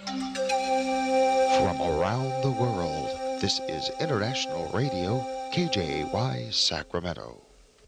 From around the world, this is International Radio, KJY, Sacramento.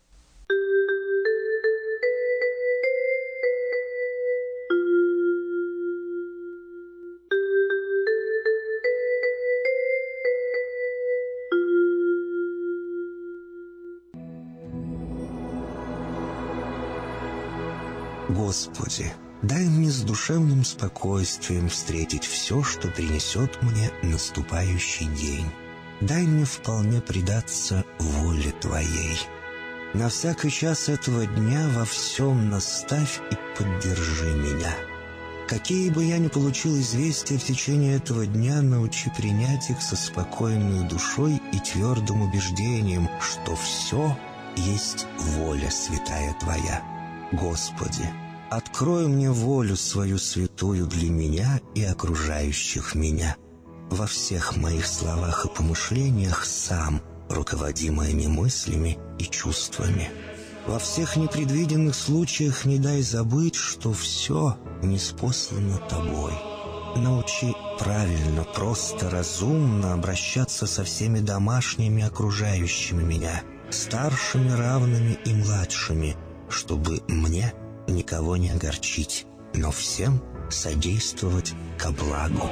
Господи, дай мне с душевным спокойствием встретить все, что принесет мне наступающий день. Дай мне вполне предаться воле Твоей. На всякий час этого дня во всем наставь и поддержи меня. Какие бы я ни получил известия в течение этого дня, научи принять их со спокойной душой и твердым убеждением, что все есть воля святая Твоя. Господи, открой мне волю свою святую для меня и окружающих меня. Во всех моих словах и помышлениях сам руководи моими мыслями и чувствами. Во всех непредвиденных случаях не дай забыть, что все ниспослано Тобой. Научи правильно, просто, разумно обращаться со всеми домашними окружающими меня, старшими, равными и младшими, чтобы мне никого не огорчить, но всем содействовать ко благу.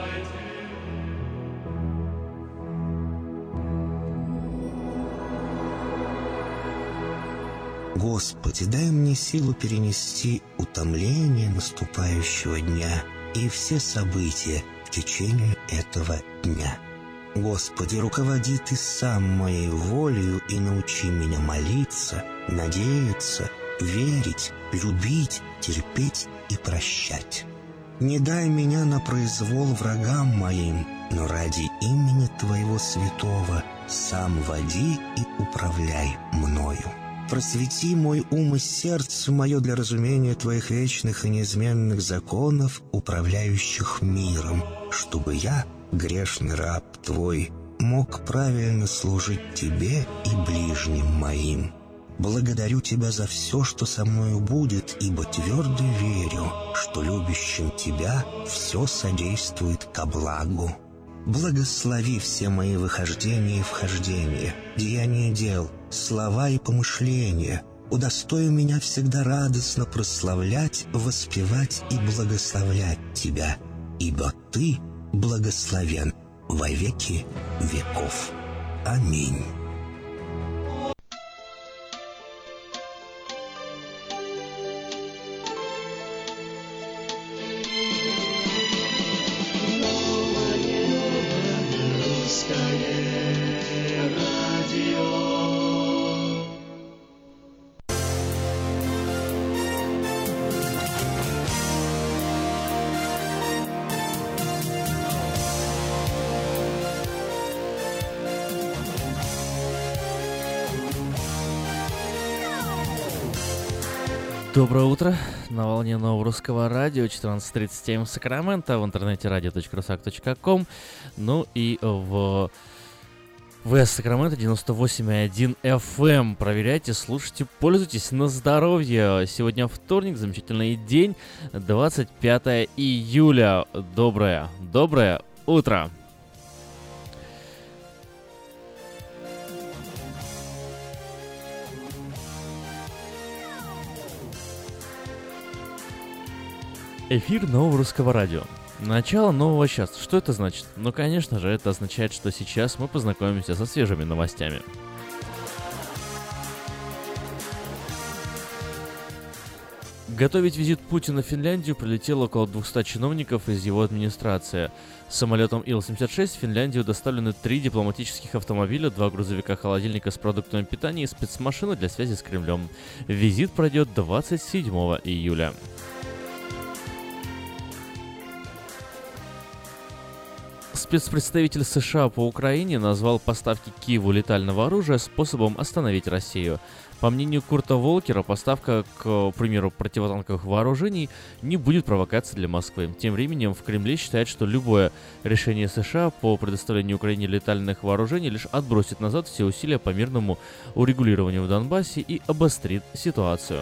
Господи, дай мне силу перенести утомление наступающего дня и все события в течение этого дня. Господи, руководи Ты сам моей волею и научи меня молиться, надеяться, верить, любить, терпеть и прощать. Не дай меня на произвол врагам моим, но ради имени Твоего святого сам води и управляй мною. Просвети мой ум и сердце мое для разумения Твоих вечных и неизменных законов, управляющих миром, чтобы я, грешный раб Твой, мог правильно служить Тебе и ближним моим. Благодарю Тебя за все, что со мною будет, ибо твердо верю, что любящим Тебя все содействует ко благу. Благослови все мои выхождения и вхождения, деяния дел, слова и помышления. Удостой меня всегда радостно прославлять, воспевать и благословлять Тебя, ибо Ты благословен во веки веков. Аминь. Доброе утро. На волне нового русского радио 14:37 в Сакраменто, в интернете radio.rusak.com, ну и в ВС Сакраменто 98,1 FM. Проверяйте, слушайте, пользуйтесь на здоровье. Сегодня вторник, замечательный день, 25 июля. Доброе утро. Эфир нового русского радио. Начало нового часа. Что это значит? Ну, конечно же, это означает, что сейчас мы познакомимся со свежими новостями. Готовить визит Путина в Финляндию прилетело около 200 чиновников из его администрации. Самолетом Ил-76 в Финляндию доставлены 3 дипломатических автомобиля, 2 грузовика-холодильника с продуктами питания и спецмашина для связи с Кремлем. Визит пройдет 27 июля. Спецпредставитель США по Украине назвал поставки Киеву летального оружия способом остановить Россию. По мнению Курта Волкера, поставка, к примеру, противотанковых вооружений не будет провокацией для Москвы. Тем временем в Кремле считают, что любое решение США по предоставлению Украине летальных вооружений лишь отбросит назад все усилия по мирному урегулированию в Донбассе и обострит ситуацию.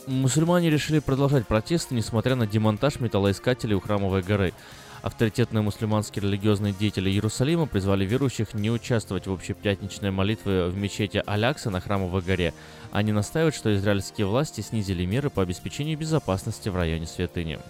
Мусульмане решили продолжать протесты, несмотря на демонтаж металлоискателей у Храмовой горы. Авторитетные мусульманские религиозные деятели Иерусалима призвали верующих не участвовать в общепятничной молитве в мечети Алякса на Храмовой горе. Они настаивают, что израильские власти снизили меры по обеспечению безопасности в районе святыни.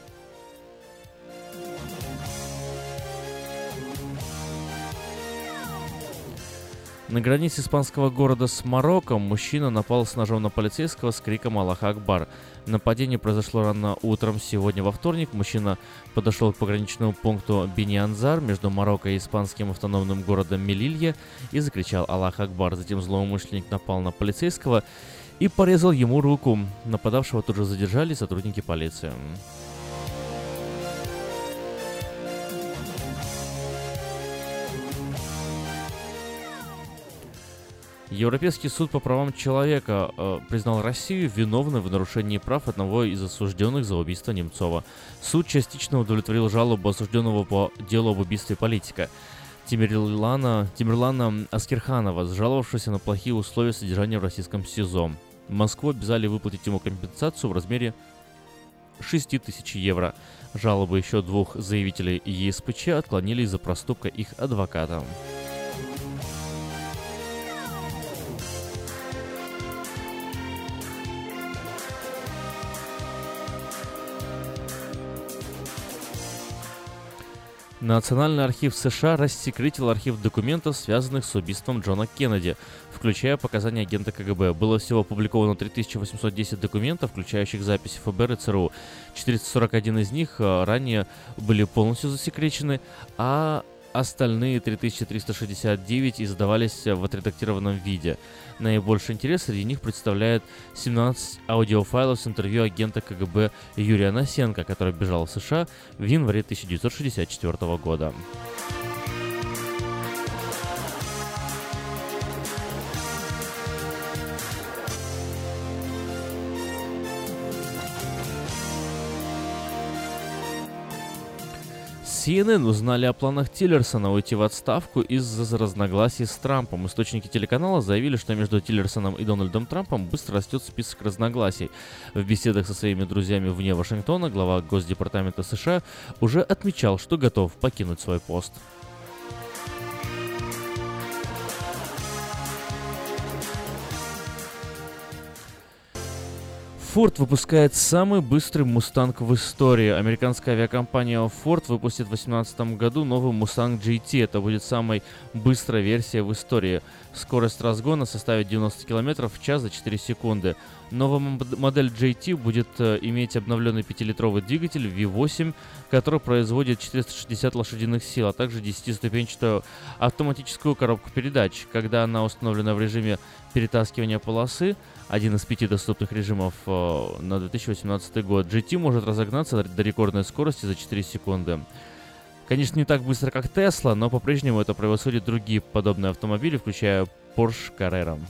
На границе испанского города с Марокко мужчина напал с ножом на полицейского с криком «Аллах Акбар». Нападение произошло рано утром сегодня во вторник. Мужчина подошел к пограничному пункту Бини-Анзар между Марокко и испанским автономным городом Мелилья и закричал «Аллах Акбар». Затем злоумышленник напал на полицейского и порезал ему руку. Нападавшего тут же задержали сотрудники полиции. Европейский суд по правам человека признал Россию виновной в нарушении прав одного из осужденных за убийство Немцова. Суд частично удовлетворил жалобу осужденного по делу об убийстве политика Тимирлана Аскерханова, сжаловавшегося на плохие условия содержания в российском СИЗО. Москву обязали выплатить ему компенсацию в размере 6000 евро. Жалобы еще двух заявителей ЕСПЧ отклонили из-за проступка их адвоката. Национальный архив США рассекретил архив документов, связанных с убийством Джона Кеннеди, включая показания агента КГБ. Было всего опубликовано 3810 документов, включающих записи ФБР и ЦРУ. 441 из них ранее были полностью засекречены, а остальные 3369 издавались в отредактированном виде. Наибольший интерес среди них представляет 17 аудиофайлов с интервью агента КГБ Юрия Насенко, который бежал в США в январе 1964 года. CNN узнали о планах Тиллерсона уйти в отставку из-за разногласий с Трампом. Источники телеканала заявили, что между Тиллерсоном и Дональдом Трампом быстро растет список разногласий. В беседах со своими друзьями вне Вашингтона глава Госдепартамента США уже отмечал, что готов покинуть свой пост. Ford выпускает самый быстрый Mustang в истории. Американская авиакомпания Ford выпустит в 2018 году новый Mustang GT. Это будет самой быстрая версия в истории. Скорость разгона составит 90 км в час за 4 секунды. Новая модель GT будет иметь обновленный 5-литровый двигатель V8, который производит 460 лошадиных сил, а также 10-ступенчатую автоматическую коробку передач. Когда она установлена в режиме перетаскивания полосы, один из 5 доступных режимов на 2018 год, GT может разогнаться до рекордной скорости за 4 секунды. Конечно, не так быстро, как Tesla, но по-прежнему это превосходит другие подобные автомобили, включая Porsche Carrera.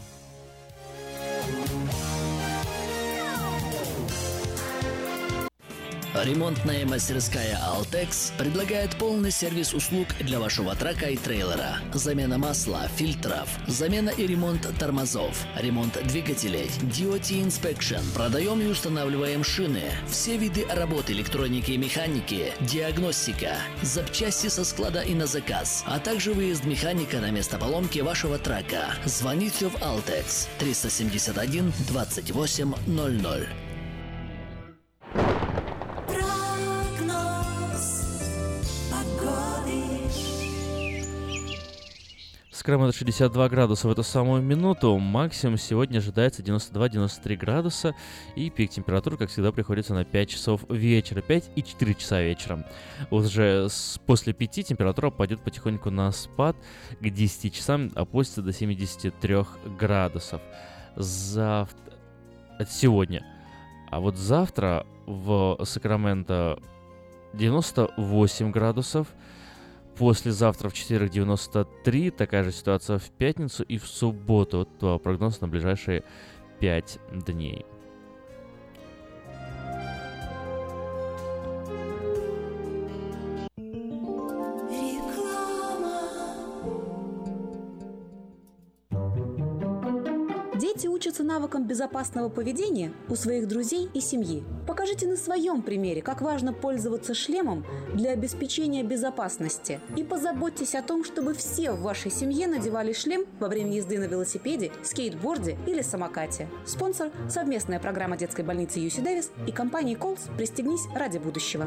Ремонтная мастерская Altex предлагает полный сервис услуг для вашего трака и трейлера. Замена масла, фильтров, замена и ремонт тормозов, ремонт двигателей, DOT Inspection. Продаем и устанавливаем шины, все виды работы электроники и механики, диагностика, запчасти со склада и на заказ, а также выезд механика на место поломки вашего трака. Звоните в Altex 371 28 00. Сакраменто 62 градуса в эту самую минуту. Максимум сегодня ожидается 92-93 градуса. И пик температуры, как всегда, приходится на 5 часов вечера. 5 и 4 часа вечера. Уже после 5 температура пойдет потихоньку на спад. К 10 часам опустится до 73 градусов. Это сегодня. А вот завтра в Сакраменто 98 градусов. Послезавтра в четверг 93, такая же ситуация в пятницу и в субботу. Вот прогноз на ближайшие 5 дней. Дети учатся навыкам безопасного поведения у своих друзей и семьи. Покажите на своем примере, как важно пользоваться шлемом для обеспечения безопасности. И позаботьтесь о том, чтобы все в вашей семье надевали шлем во время езды на велосипеде, скейтборде или самокате. Спонсор – совместная программа детской больницы UC Дэвис и компании Колс «Пристегнись ради будущего».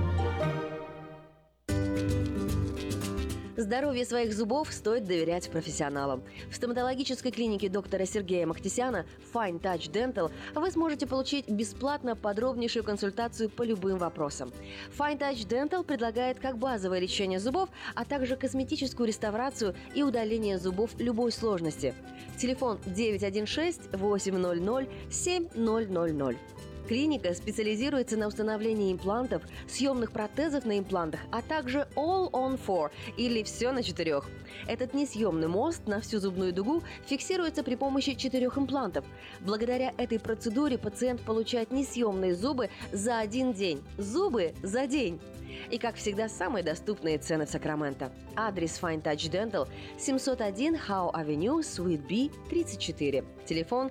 Здоровье своих зубов стоит доверять профессионалам. В стоматологической клинике доктора Сергея Махтисяна Fine Touch Dental вы сможете получить бесплатно подробнейшую консультацию по любым вопросам. Fine Touch Dental предлагает как базовое лечение зубов, а также косметическую реставрацию и удаление зубов любой сложности. Телефон 916-800-7000. Клиника специализируется на установлении имплантов, съемных протезов на имплантах, а также All on 4 или «Все на 4». Этот несъемный мост на всю зубную дугу фиксируется при помощи 4 имплантов. Благодаря этой процедуре пациент получает несъемные зубы за 1 день. Зубы за день! И, как всегда, самые доступные цены в Сакраменто. Адрес Fine Touch Dental 701 Howe Avenue, Suite B, 34. Телефон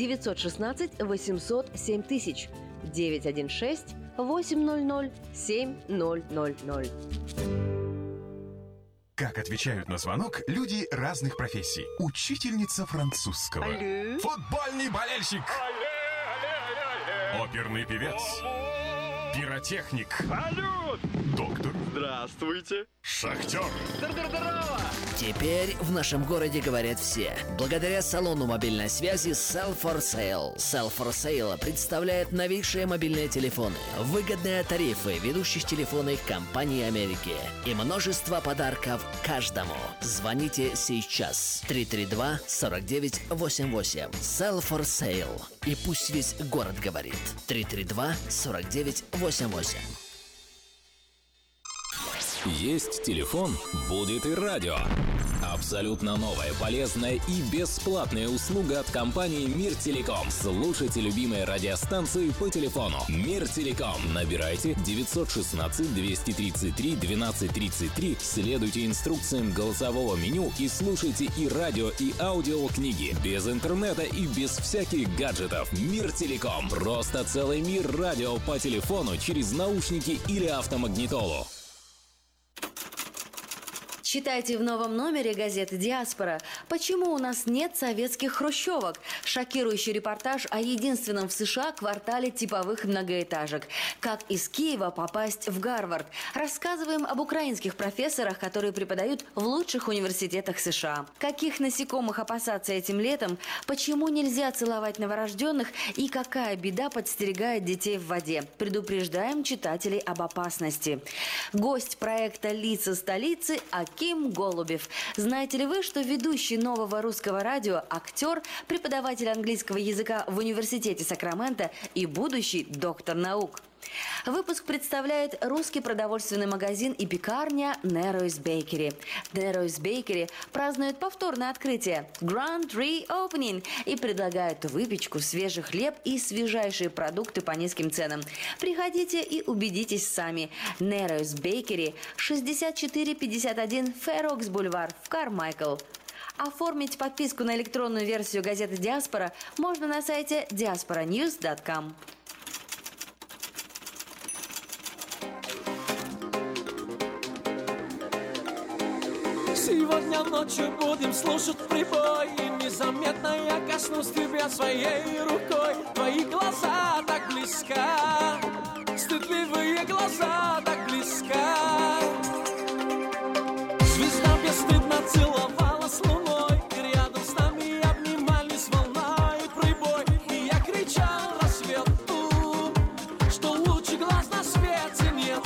916-800-7000. 916-800-7000. Как отвечают на звонок люди разных профессий. Учительница французского. Алле. Футбольный болельщик. Оперный певец. Пиротехник. Салют! Доктор. Здравствуйте. Шахтер. Здорово! Теперь в нашем городе говорят все. Благодаря салону мобильной связи Cell for Sale. Cell for Sale представляет новейшие мобильные телефоны, выгодные тарифы ведущих телефонных компаний Америки и множество подарков каждому. Звоните сейчас. 332-4988. Cell for Sale. И пусть весь город говорит. 332-4988. Есть телефон, будет и радио. Абсолютно новая, полезная и бесплатная услуга от компании Мир Телеком. Слушайте любимые радиостанции по телефону. Мир Телеком. Набирайте 916-233-1233, следуйте инструкциям голосового меню и слушайте и радио, и аудиокниги. Без интернета и без всяких гаджетов. Мир Телеком. Просто целый мир радио по телефону через наушники или автомагнитолу. Читайте в новом номере газеты «Диаспора». Почему у нас нет советских хрущевок? Шокирующий репортаж о единственном в США квартале типовых многоэтажек. Как из Киева попасть в Гарвард? Рассказываем об украинских профессорах, которые преподают в лучших университетах США. Каких насекомых опасаться этим летом? Почему нельзя целовать новорожденных? И какая беда подстерегает детей в воде? Предупреждаем читателей об опасности. Гость проекта «Лица столицы» Аким Голубев. Знаете ли вы, что ведущий Нового русского радио, актер, преподаватель английского языка в университете Сакраменто и будущий доктор наук? Выпуск представляет русский продовольственный магазин и пекарня Narrows Bakery. Narrows Bakery празднует повторное открытие Grand Reopening и предлагает выпечку, свежий хлеб и свежайшие продукты по низким ценам. Приходите и убедитесь сами. Narrows Bakery, 6451 Fair Oaks Boulevard в Кармайкл. Оформить подписку на электронную версию газеты «Диаспора» можно на сайте diasporanews.com. Сегодня ночью будем слушать прибой, и незаметно я коснусь тебя своей рукой. Твои глаза так близко, стыдливые глаза так близко. Звезда бесстыдно целовала с луной, и рядом с нами обнимались волна и прибой. И я кричал рассвету, что лучше глаз на свете нету.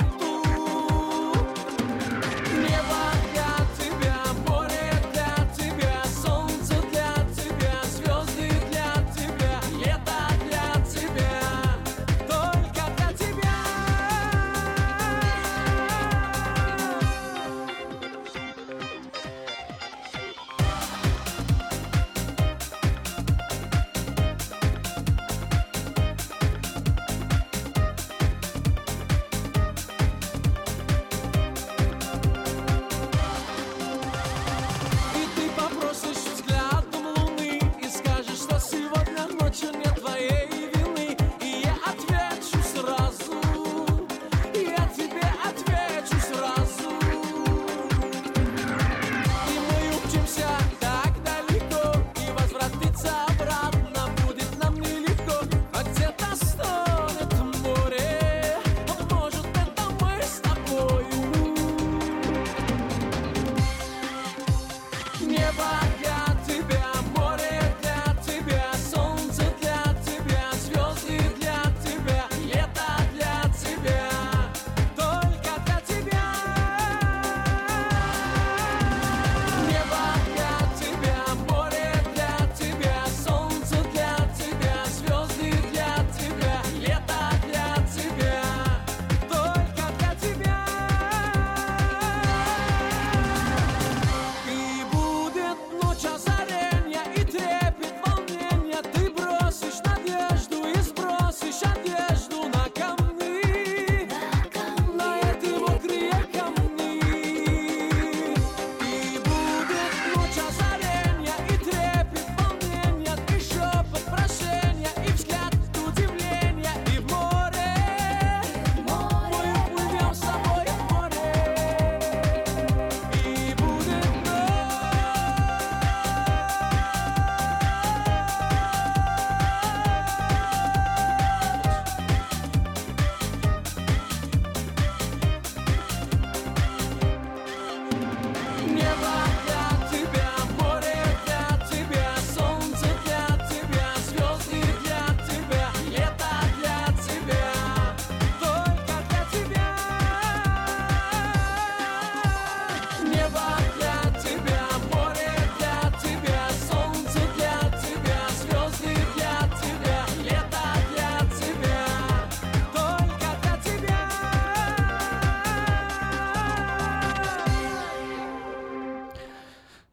Небо для тебя, море для тебя, солнце для тебя, звезды для тебя, лето для тебя, только для тебя.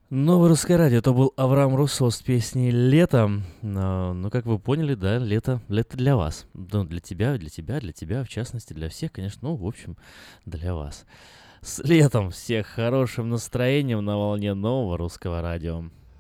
Новое русское радио. Это был Авраам Руссо с песней «Лето». Ну, как вы поняли, да, лето для вас. Ну, для тебя, в частности, для всех, конечно, ну, в общем, для вас. С летом всех, хорошим настроением на волне нового русского радио.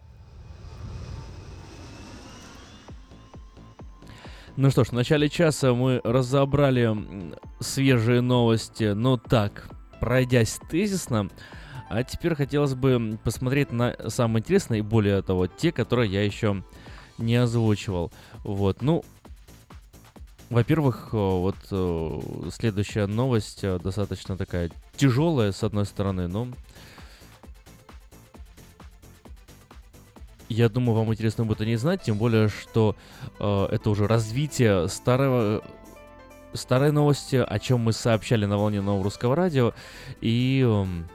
Ну что ж, в начале часа мы разобрали свежие новости, но так, пройдясь тезисно. А теперь хотелось бы посмотреть на самое интересное и, более того, те, которые я еще не озвучивал. Вот, ну, во-первых, вот следующая новость достаточно такая тяжелая, с одной стороны, но я думаю, вам интересно будет о ней знать, тем более, что это уже развитие старой новости, о чем мы сообщали на волне нового русского радио, и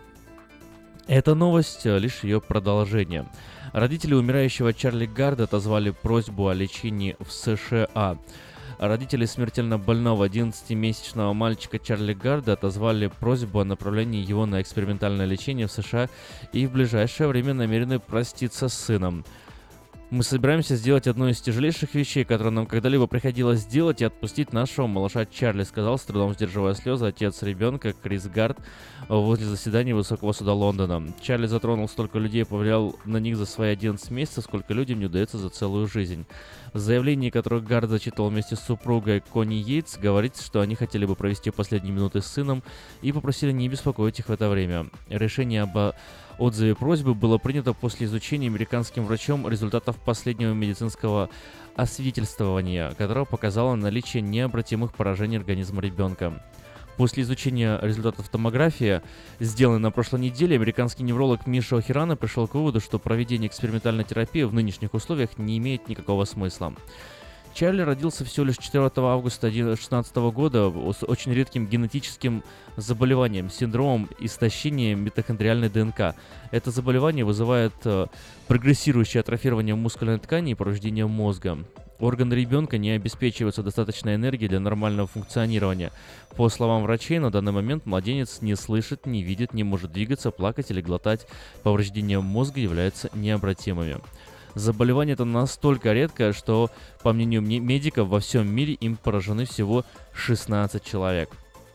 эта новость лишь ее продолжение. Родители умирающего Чарли Гарда отозвали просьбу о лечении в США. Родители смертельно больного 11-месячного мальчика Чарли Гарда отозвали просьбу о направлении его на экспериментальное лечение в США и в ближайшее время намерены проститься с сыном. Мы собираемся сделать одну из тяжелейших вещей, которые нам когда-либо приходилось делать, и отпустить нашего малыша Чарли, сказал, с трудом сдерживая слезы, отец ребенка Крис Гард возле заседания Высокого суда Лондона. Чарли затронул столько людей и повлиял на них за свои 11 месяцев, сколько людям не удается за целую жизнь. В заявлении, которое Гард зачитывал вместе с супругой Конни Йейтс, говорится, что они хотели бы провести последние минуты с сыном и попросили не беспокоить их в это время. Решение об отзыве просьбы было принято после изучения американским врачом результатов последнего медицинского освидетельствования, которое показало наличие необратимых поражений организма ребенка. После изучения результатов томографии, сделанной на прошлой неделе, американский невролог Мишо Хирано пришел к выводу, что проведение экспериментальной терапии в нынешних условиях не имеет никакого смысла. Чарли родился всего лишь 4 августа 2016 года с очень редким генетическим заболеванием, синдромом истощения митохондриальной ДНК. Это заболевание вызывает прогрессирующее атрофирование мускульной ткани и повреждение мозга. Органы ребенка не обеспечиваются достаточной энергией для нормального функционирования. По словам врачей, на данный момент младенец не слышит, не видит, не может двигаться, плакать или глотать. Повреждения мозга являются необратимыми. Заболевание это настолько редкое, что, по мнению медиков, во всем мире им поражены всего 16 человек.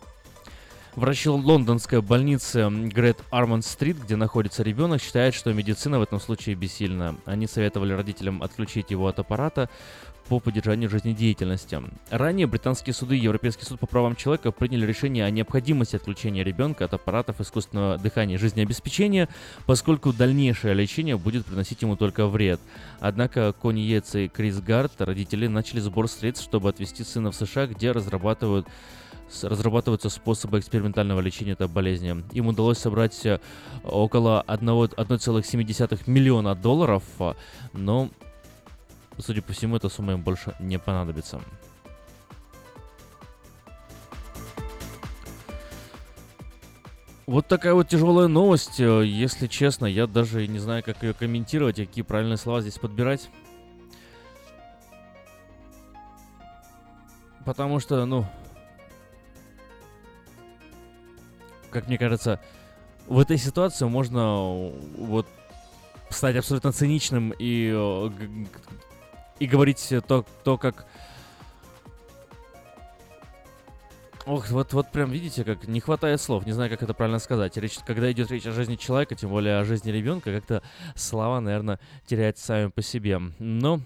Врачи лондонской больницы Грейт Арманд-стрит, где находится ребенок, считают, что медицина в этом случае бессильна. Они советовали родителям отключить его от аппарата по поддержанию жизнедеятельности. Ранее британские суды и Европейский суд по правам человека приняли решение о необходимости отключения ребенка от аппаратов искусственного дыхания и жизнеобеспечения, поскольку дальнейшее лечение будет приносить ему только вред. Однако Конни Йейтс и Крис Гард, родители, начали сбор средств, чтобы отвезти сына в США, где разрабатываются способы экспериментального лечения этой болезни. Им удалось собрать около 1,7 миллиона долларов, но, судя по всему, эта сумма им больше не понадобится. Вот такая вот тяжелая новость. Если честно, я даже не знаю, как ее комментировать и какие правильные слова здесь подбирать. Потому что, как мне кажется, в этой ситуации можно вот стать абсолютно циничным и говорить то, как... Ох, вот прям видите, как не хватает слов, не знаю, как это правильно сказать. Когда идет речь о жизни человека, тем более о жизни ребенка, как-то слова, наверное, теряются сами по себе. Но...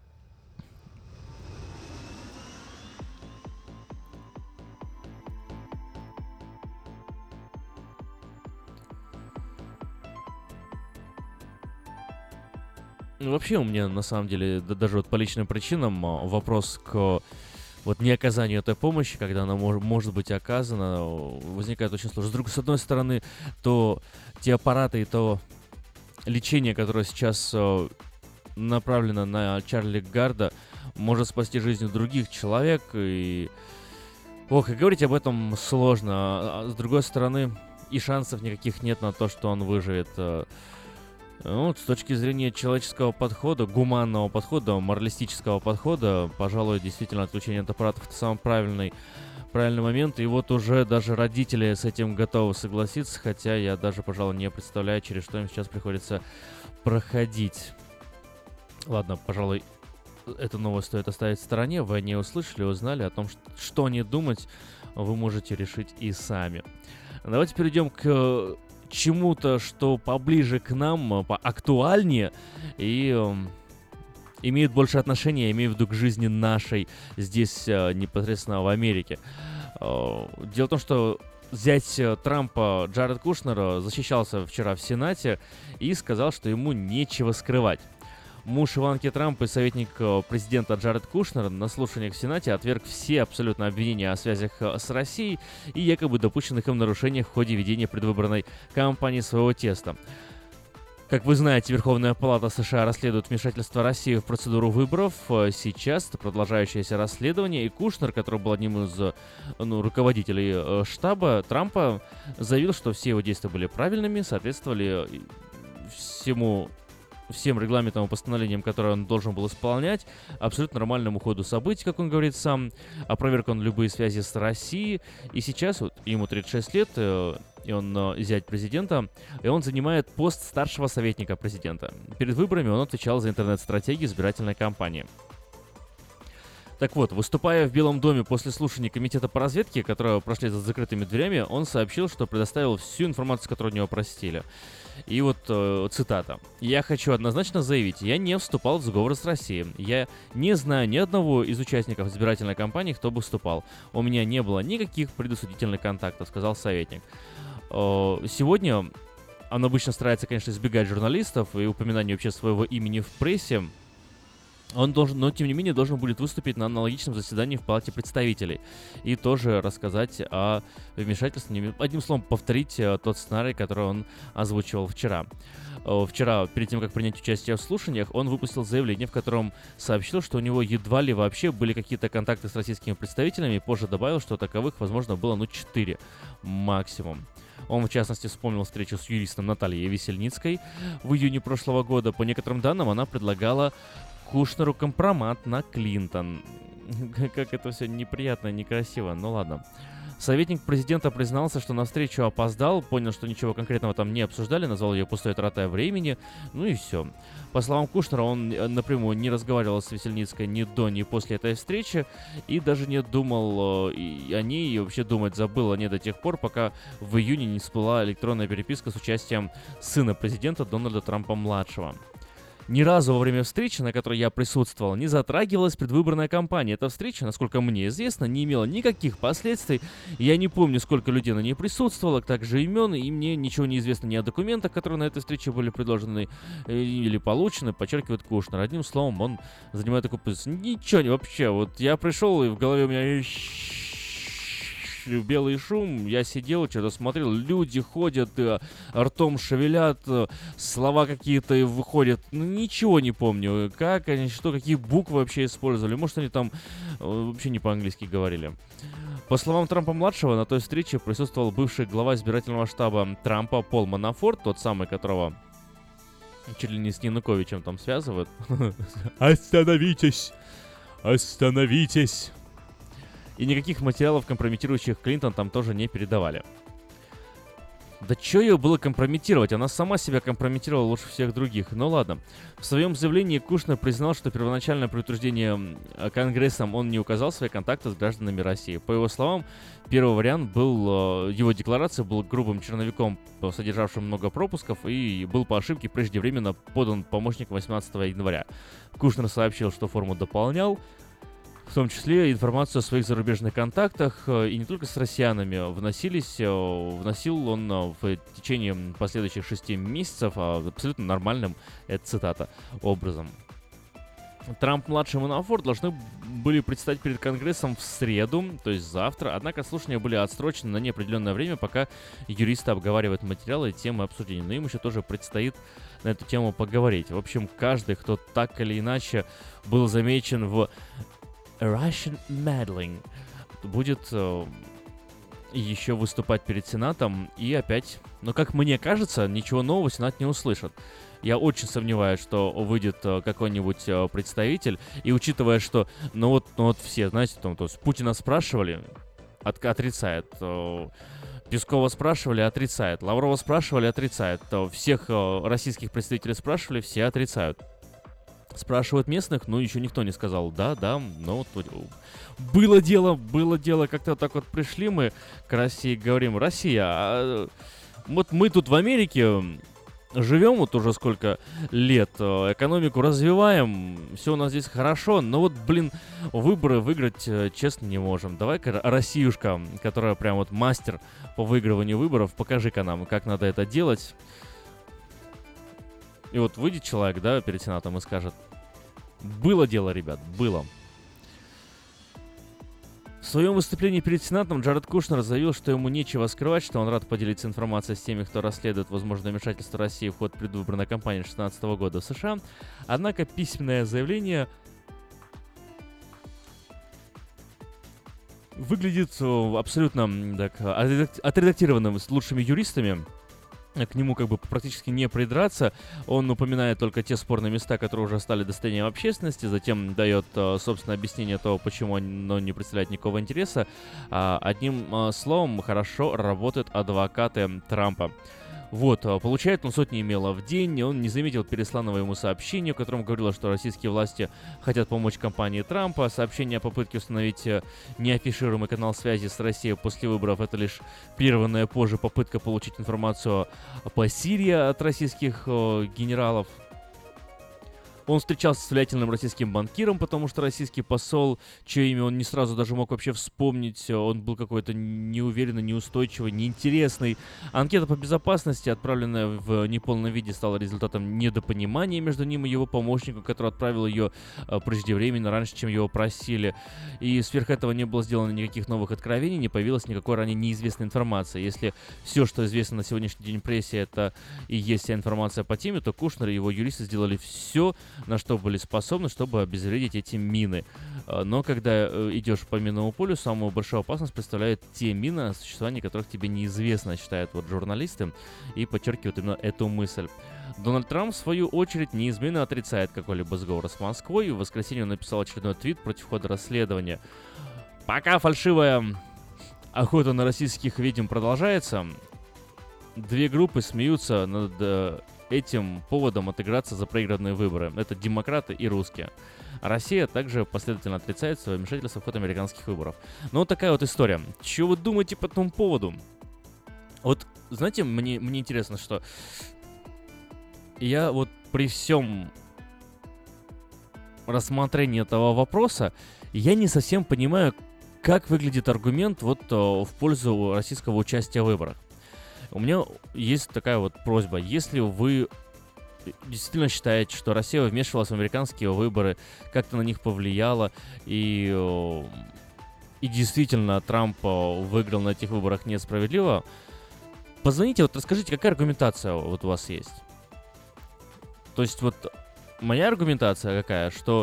Вообще у меня, на самом деле, даже вот по личным причинам вопрос к вот неоказанию этой помощи, когда она может быть оказана, возникает очень сложно. С одной стороны, то те аппараты и то лечение, которое сейчас направлено на Чарли Гарда, может спасти жизнь других человек. И говорить об этом сложно. А с другой стороны, и шансов никаких нет на то, что он выживет. Вот, с точки зрения человеческого подхода, гуманного подхода, моралистического подхода, пожалуй, действительно отключение от аппаратов — это самый правильный момент. И вот уже даже родители с этим готовы согласиться, хотя я даже, пожалуй, не представляю, через что им сейчас приходится проходить. Ладно, пожалуй, эту новость стоит оставить в стороне. Вы не услышали, узнали о том, что не думать, вы можете решить и сами. Давайте перейдем к чему-то, что поближе к нам, поактуальнее и имеет больше отношения, имею в виду, к жизни нашей здесь, непосредственно в Америке. Дело в том, что зять Трампа Джаред Кушнер защищался вчера в Сенате и сказал, что ему нечего скрывать. Муж Иванки Трампа и советник президента Джаред Кушнер на слушаниях в Сенате отверг все абсолютно обвинения о связях с Россией и якобы допущенных им нарушениях в ходе ведения предвыборной кампании своего теста. Как вы знаете, Верховная Палата США расследует вмешательство России в процедуру выборов. Сейчас это продолжающееся расследование, и Кушнер, который был одним из руководителей штаба Трампа, заявил, что все его действия были правильными, соответствовали всем регламентам и постановлениям, которые он должен был исполнять, абсолютно нормальному ходу событий, как он говорит сам, опроверг он любые связи с Россией, и сейчас вот ему 36 лет, и он зять президента, и он занимает пост старшего советника президента. Перед выборами он отвечал за интернет-стратегию избирательной кампании. Так вот, выступая в Белом доме после слушаний Комитета по разведке, которые прошли за закрытыми дверями, он сообщил, что предоставил всю информацию, которую у него просили. И вот цитата. «Я хочу однозначно заявить, я не вступал в сговор с Россией. Я не знаю ни одного из участников избирательной кампании, кто бы вступал. У меня не было никаких предосудительных контактов», — сказал советник. Сегодня он обычно старается, конечно, избегать журналистов и упоминания вообще своего имени в прессе. Он должен, но тем не менее должен будет выступить на аналогичном заседании в Палате представителей и тоже рассказать о вмешательстве, одним словом, повторить тот сценарий, который он озвучивал вчера. Вчера, перед тем, как принять участие в слушаниях, он выпустил заявление, в котором сообщил, что у него едва ли вообще были какие-то контакты с российскими представителями, и позже добавил, что таковых, возможно, было 4 максимум. Он, в частности, вспомнил встречу с юристом Натальей Весельницкой в июне прошлого года. По некоторым данным, она предлагала Кушнеру компромат на Клинтон. Как это все неприятно и некрасиво, ну ладно. Советник президента признался, что на встречу опоздал, понял, что ничего конкретного там не обсуждали, назвал ее пустой тратой времени, ну и все. По словам Кушнера, он напрямую не разговаривал с Весельницкой ни до, ни после этой встречи, и даже не думал о ней, и вообще думать забыл о ней до тех пор, пока в июне не всплыла электронная переписка с участием сына президента Дональда Трампа-младшего. Ни разу во время встречи, на которой я присутствовал, не затрагивалась предвыборная кампания. Эта встреча, насколько мне известно, не имела никаких последствий. Я не помню, сколько людей на ней присутствовало, также имен, и мне ничего не известно ни о документах, которые на этой встрече были предложены или получены, подчеркивает Кушнер. Одним словом, он занимает такую позицию. Ничего не вообще. Вот я пришел, и в голове у меня белый шум, я сидел, что-то смотрел, люди ходят, ртом шевелят, слова какие-то выходят, ничего не помню, как они, что, какие буквы вообще использовали, может они там вообще не по-английски говорили. По словам Трампа-младшего, на той встрече присутствовал бывший глава избирательного штаба Трампа Пол Манафорт, тот самый, которого чуть ли не с Януковичем там связывают. Остановитесь! Остановитесь! И никаких материалов, компрометирующих Клинтон, там тоже не передавали. Да чё ее было компрометировать? Она сама себя компрометировала лучше всех других. Ну ладно. В своем заявлении Кушнер признал, что первоначально при утверждении Конгрессом он не указал свои контакты с гражданами России. По его словам, первый вариант был, его декларация был грубым черновиком, содержавшим много пропусков, и был по ошибке преждевременно подан помощником 18 января. Кушнер сообщил, что форму дополнял, в том числе информацию о своих зарубежных контактах, и не только с россиянами вносил он в течение последующих 6 месяцев абсолютно нормальным, это цитата, образом. Трамп-младший и Манафорт должны были предстать перед Конгрессом в среду, то есть завтра, однако слушания были отсрочены на неопределенное время, пока юристы обговаривают материалы и темы обсуждения, но им еще тоже предстоит на эту тему поговорить. В общем, каждый, кто так или иначе был замечен в Russian meddling, будет еще выступать перед Сенатом, и опять, как мне кажется, ничего нового Сенат не услышит. Я очень сомневаюсь, что выйдет какой-нибудь представитель, и учитывая, что, все, знаете, то есть Путина спрашивали, отрицает, Пескова спрашивали, отрицает, Лаврова спрашивали, отрицает, всех российских представителей спрашивали, все отрицают. Спрашивают местных, еще никто не сказал, да, было дело, как-то так вот пришли мы к России, говорим, Россия, вот мы тут в Америке живем вот уже сколько лет, экономику развиваем, все у нас здесь хорошо, но выборы выиграть честно не можем. Давай-ка, Россиюшка, которая прям вот мастер по выигрыванию выборов, покажи-ка нам, как надо это делать. И вот выйдет человек, да, перед Сенатом и скажет: было дело, ребят, было. В своем выступлении перед Сенатом Джаред Кушнер заявил, что ему нечего скрывать, что он рад поделиться информацией с теми, кто расследует возможное вмешательство России в ход предвыборной кампании 2016 года в США. Однако письменное заявление выглядит абсолютно так отредактированным с лучшими юристами. К нему практически не придраться. Он упоминает только те спорные места, которые уже стали достоянием общественности, затем дает собственное объяснение того, почему оно не представляет никакого интереса. Одним словом, хорошо работают адвокаты Трампа. Получает он сотни имейлов в день, он не заметил пересланного ему сообщения, в котором говорилось, что российские власти хотят помочь компании Трампа. Сообщение о попытке установить неафишируемый канал связи с Россией после выборов — это лишь прерванная позже попытка получить информацию по Сирии от российских генералов. Он встречался с влиятельным российским банкиром, потому что российский посол, чье имя он не сразу даже мог вообще вспомнить, он был какой-то неуверенный, неустойчивый, неинтересный. Анкета по безопасности, отправленная в неполном виде, стала результатом недопонимания между ним и его помощником, который отправил ее преждевременно, раньше, чем его просили. И сверх этого не было сделано никаких новых откровений, не появилось никакой ранее неизвестной информации. Если все, что известно на сегодняшний день в прессе, это и есть вся информация по теме, то Кушнер и его юристы сделали все, на что были способны, чтобы обезвредить эти мины. Но когда идешь по минному полю, самую большую опасность представляют те мины, о существовании которых тебе неизвестно, считают журналисты, и подчеркивают именно эту мысль. Дональд Трамп, в свою очередь, неизменно отрицает какой-либо сговор с Москвой, и в воскресенье он написал очередной твит против хода расследования. Пока фальшивая охота на российских ведьм продолжается, две группы смеются над этим поводом отыграться за проигранные выборы. Это демократы и русские. А Россия также последовательно отрицает свое вмешательство в ход американских выборов. Такая история. Чего вы думаете по этому поводу? Знаете, мне интересно, что я при всем рассмотрении этого вопроса, я не совсем понимаю, как выглядит аргумент в пользу российского участия в выборах. У меня есть такая просьба. Если вы действительно считаете, что Россия вмешивалась в американские выборы, как-то на них повлияла, и действительно Трамп выиграл на этих выборах несправедливо, позвоните, расскажите, какая аргументация у вас есть. То есть моя аргументация какая, что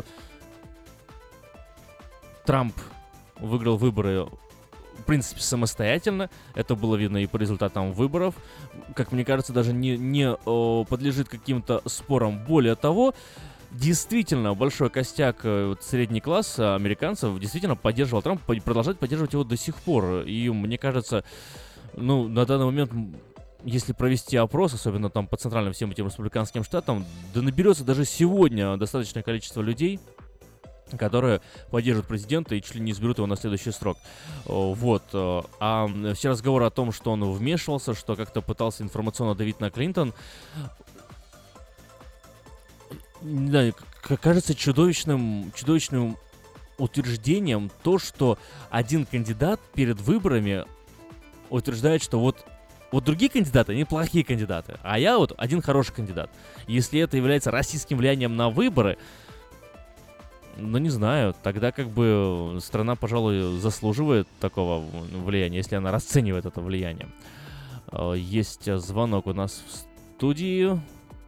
Трамп выиграл выборы в принципе самостоятельно, это было видно и по результатам выборов, как мне кажется, даже не подлежит каким-то спорам. Более того, действительно большой костяк средний класс американцев действительно поддерживал Трампа, продолжает поддерживать его до сих пор. И мне кажется, на данный момент, если провести опрос, особенно по центральным всем этим республиканским штатам, да наберется даже сегодня достаточное количество людей, которые поддержат президента и чуть ли не изберут его на следующий срок. А все разговоры о том, что он вмешивался, что как-то пытался информационно давить на Клинтон, да, кажется чудовищным утверждением то, что один кандидат перед выборами утверждает, что другие кандидаты, они плохие кандидаты, а я один хороший кандидат. Если это является российским влиянием на выборы, не знаю, тогда страна, пожалуй, заслуживает такого влияния, если она расценивает это влияние. Есть звонок у нас в студии.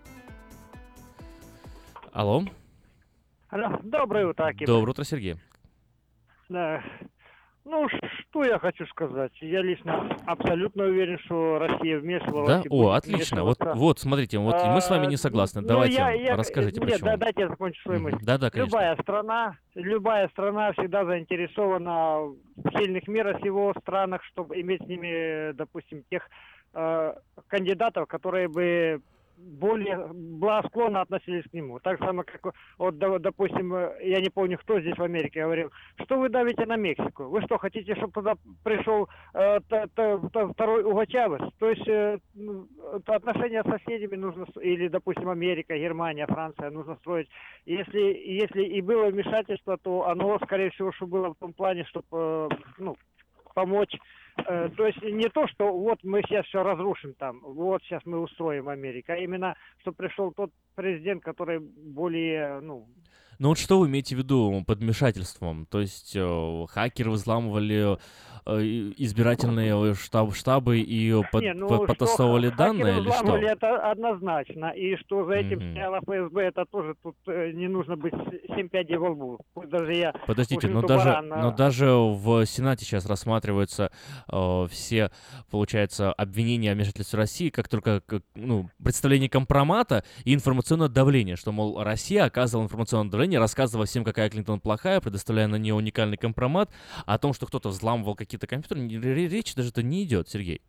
Алло. Алло, доброе утро, Аким. Доброе утро, Сергей. Да. Ну, что я хочу сказать? Я лично абсолютно уверен, что Россия вмешивалась. Да? И О, будет отлично. Вот, вмешиваться. вот, смотрите, вот и мы с вами не согласны. Давайте, расскажите, нет, почему. дайте я закончу свою мысль. Да, конечно. Любая страна всегда заинтересована в сильных мирах в его странах, чтобы иметь с ними, допустим, тех кандидатов, которые бы более благосклонно относились к нему. Так само, как, вот, допустим, я не помню, кто здесь в Америке говорил, что вы давите на Мексику? Вы что, хотите, чтобы туда пришел второй Уго Чавес? То есть отношения с соседями нужно, или, допустим, Америка, Германия, Франция, нужно строить. Если и было вмешательство, то оно, скорее всего, что было в том плане, чтобы помочь. То есть не то, что вот мы сейчас все разрушим там, вот сейчас мы устроим Америку, а именно, что пришел тот президент, который более, Ну вот что вы имеете в виду под вмешательством? То есть хакеры взламывали избирательные штабы и подтасовывали данные или что? Это однозначно. И что за этим стояло ФСБ, это тоже тут не нужно быть 7 пядей во лбу. Даже я, подождите, но даже в Сенате сейчас рассматриваются все, получается, обвинения о вмешательстве России как только представление компромата и информационное давление, что, мол, Россия оказывала информационное давление, рассказывая всем, какая Клинтон плохая, предоставляя на нее уникальный компромат, а о том, что кто-то взламывал какие-то компьютеры, речь даже-то не идет, Сергей.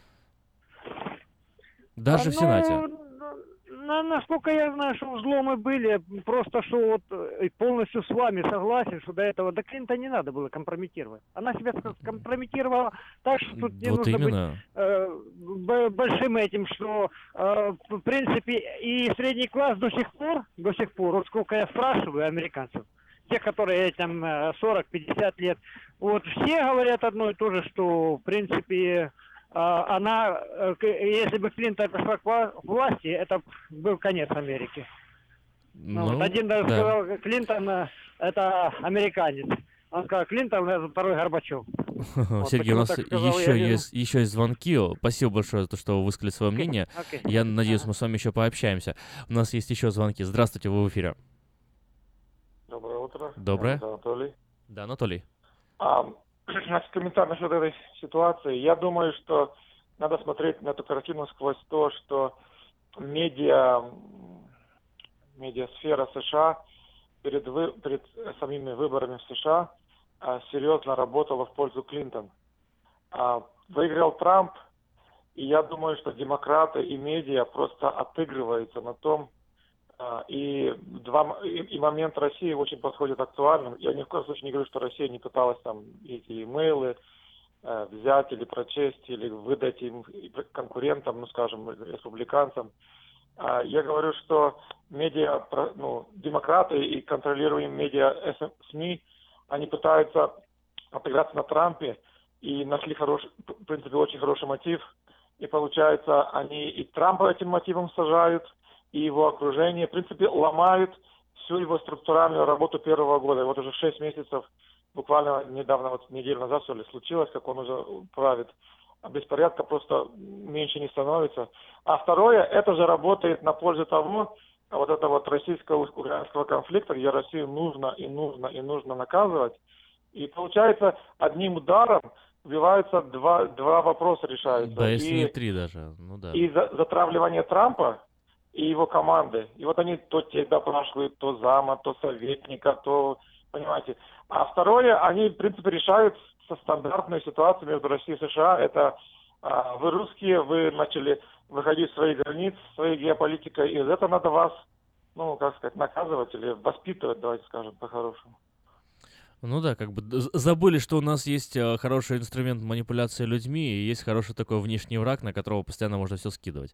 Даже в Сенате. Насколько я знаю, что взломы были, просто что вот полностью с вами согласен, что до этого до Клинтона не надо было компрометировать. Она себя компрометировала так, что тут не вот нужно именно. быть большим этим, что в принципе и средний класс до сих пор, вот сколько я спрашиваю американцев, те, которые там 40-50 лет, вот все говорят одно и то же, что в принципе она, если бы Клинтон пришла к власти, это был конец Америки. Вот один даже сказал, Клинтон это американец. Он сказал, Клинтон это второй Горбачев. Сергей, у нас еще есть звонки. Спасибо большое за то, что вы высказали свое мнение. Я надеюсь, мы с вами еще пообщаемся. У нас есть еще звонки. Здравствуйте, вы в эфире. Доброе утро. Доброе. Анатолий. Да, Анатолий. Значит, комментарий насчет этой ситуации. Я думаю, что надо смотреть на эту картину сквозь то, что медиасфера США перед самими выборами в США серьезно работала в пользу Клинтон. Выиграл Трамп, и я думаю, что демократы и медиа просто отыгрываются на том, и момент России очень подходит актуальным. Я ни в коем случае не говорю, что Россия не пыталась там эти имейлы взять или прочесть, или выдать им конкурентам, скажем, республиканцам. Я говорю, что медиа, демократы и контролируемые медиа СМИ, они пытаются отыграться на Трампе и нашли в принципе, очень хороший мотив. И получается, они и Трампа этим мотивом сажают, и его окружение, в принципе, ломают всю его структуральную работу первого года. И вот уже 6 месяцев, буквально недавно, вот неделю назад, что ли, случилось, как он уже правит. Беспорядка просто меньше не становится. А второе, это же работает на пользу того, вот этого вот российско-украинского конфликта, где Россию нужно наказывать. И получается, одним ударом убиваются два вопроса решаются. Да, если не три даже. Ну да. И затравливание Трампа и его команды. И вот они то те допрашивают, то зама, то советника, то, понимаете. А второе, они, в принципе, решают со стандартной ситуацией между Россией и США. Это вы русские, вы начали выходить из своих границ, своей геополитикой, и за это надо вас, наказывать или воспитывать, давайте скажем, по-хорошему. Ну да, забыли, что у нас есть хороший инструмент манипуляции людьми, и есть хороший такой внешний враг, на которого постоянно можно все скидывать.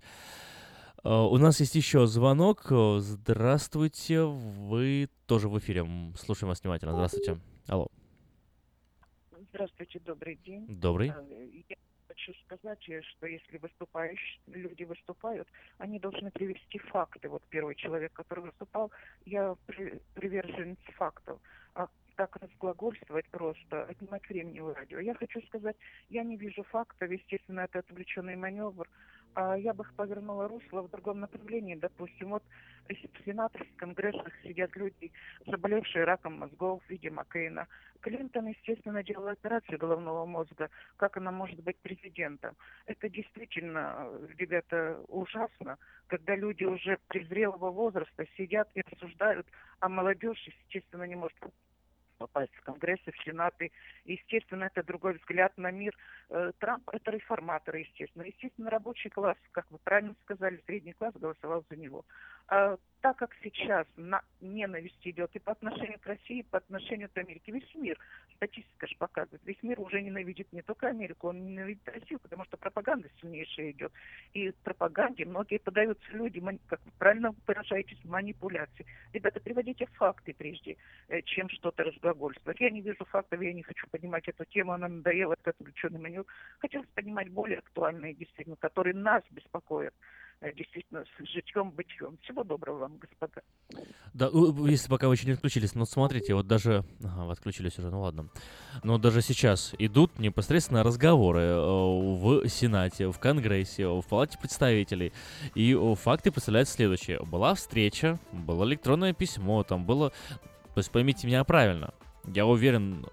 У нас есть еще звонок. Здравствуйте, вы тоже в эфире. Слушаем вас внимательно. Здравствуйте. Алло. Здравствуйте, добрый день. Добрый. Я хочу сказать, что если люди выступают, они должны привести факты. Вот первый человек, который выступал, я приверженец фактов. А так разглагольствовать просто, отнимать времени в радио. Я хочу сказать, я не вижу фактов, естественно, это отвлеченный маневр. А я бы повернула русло в другом направлении. Допустим, вот если в сенатах, в конгрессах сидят люди, заболевшие раком мозгов в виде Маккейна. Клинтон, естественно, делал операцию головного мозга. Как она может быть президентом? Это действительно, ребята, ужасно, когда люди уже презрелого возраста сидят и обсуждают, а молодежь, естественно, не может попасть в Конгрессы, в Сенаты. Естественно, это другой взгляд на мир. Трамп – это реформаторы, естественно. Естественно, рабочий класс, как вы правильно сказали, средний класс голосовал за него. Так как сейчас ненависть идет и по отношению к России, и по отношению к Америке, весь мир, статистика же показывает, весь мир уже ненавидит не только Америку, он ненавидит Россию, потому что пропаганда сильнейшая идет. И в пропаганде многие подаются люди, как вы правильно выражаетесь, манипуляции. Ребята, приводите факты прежде, чем что-то разглагольствовать. Я не вижу фактов, я не хочу поднимать эту тему, она надоела, это отвлеченный маневр. Хотелось поднимать более актуальные, действительно, которые нас беспокоят. Действительно, с житьем-бытьем. Всего доброго вам, господа. Да, если пока вы еще не отключились, ну смотрите, вот даже... Ага, вы отключились уже, ну ладно. Но даже сейчас идут непосредственно разговоры в Сенате, в Конгрессе, в Палате представителей. И факты представляют следующее. Была встреча, было электронное письмо, там было... То есть поймите меня правильно. Я уверен...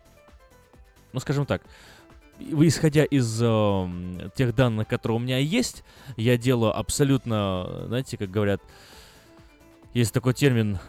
Ну, скажем так... Исходя из тех данных, которые у меня есть, я делаю абсолютно, знаете, как говорят, есть такой термин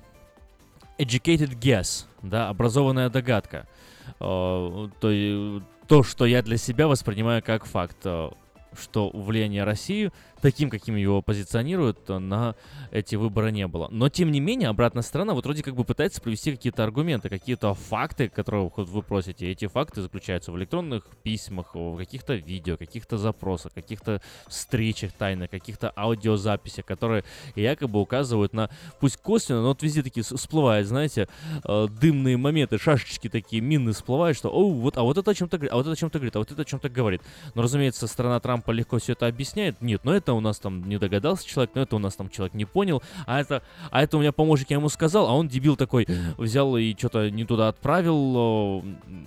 educated guess, да, образованная догадка. То, что я для себя воспринимаю как факт, что влияние России, таким, каким его позиционируют, на эти выборы не было. Но, тем не менее, обратная сторона вот вроде как бы пытается привести какие-то аргументы, какие-то факты, которые вы просите. Эти факты заключаются в электронных письмах, в каких-то видео, каких-то запросах, каких-то встречах тайных, каких-то аудиозаписях, которые якобы указывают на, пусть косвенно, но вот везде такие всплывают, знаете, дымные моменты, шашечки такие, мины всплывают, что, а вот это о чем-то говорит, а вот это о чем-то говорит, а вот это о чем-то говорит. Но, разумеется, сторона Трампа легко все это объясняет. Нет, но это у нас там не догадался человек, но это у нас там человек не понял, а это у меня помощник, я ему сказал, а он, дебил такой, взял и что-то не туда отправил.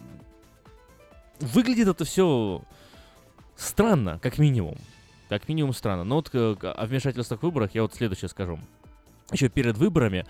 Выглядит это все странно, как минимум. Как минимум странно. Но вот о вмешательствах в выборах я вот следующее скажу. Еще перед выборами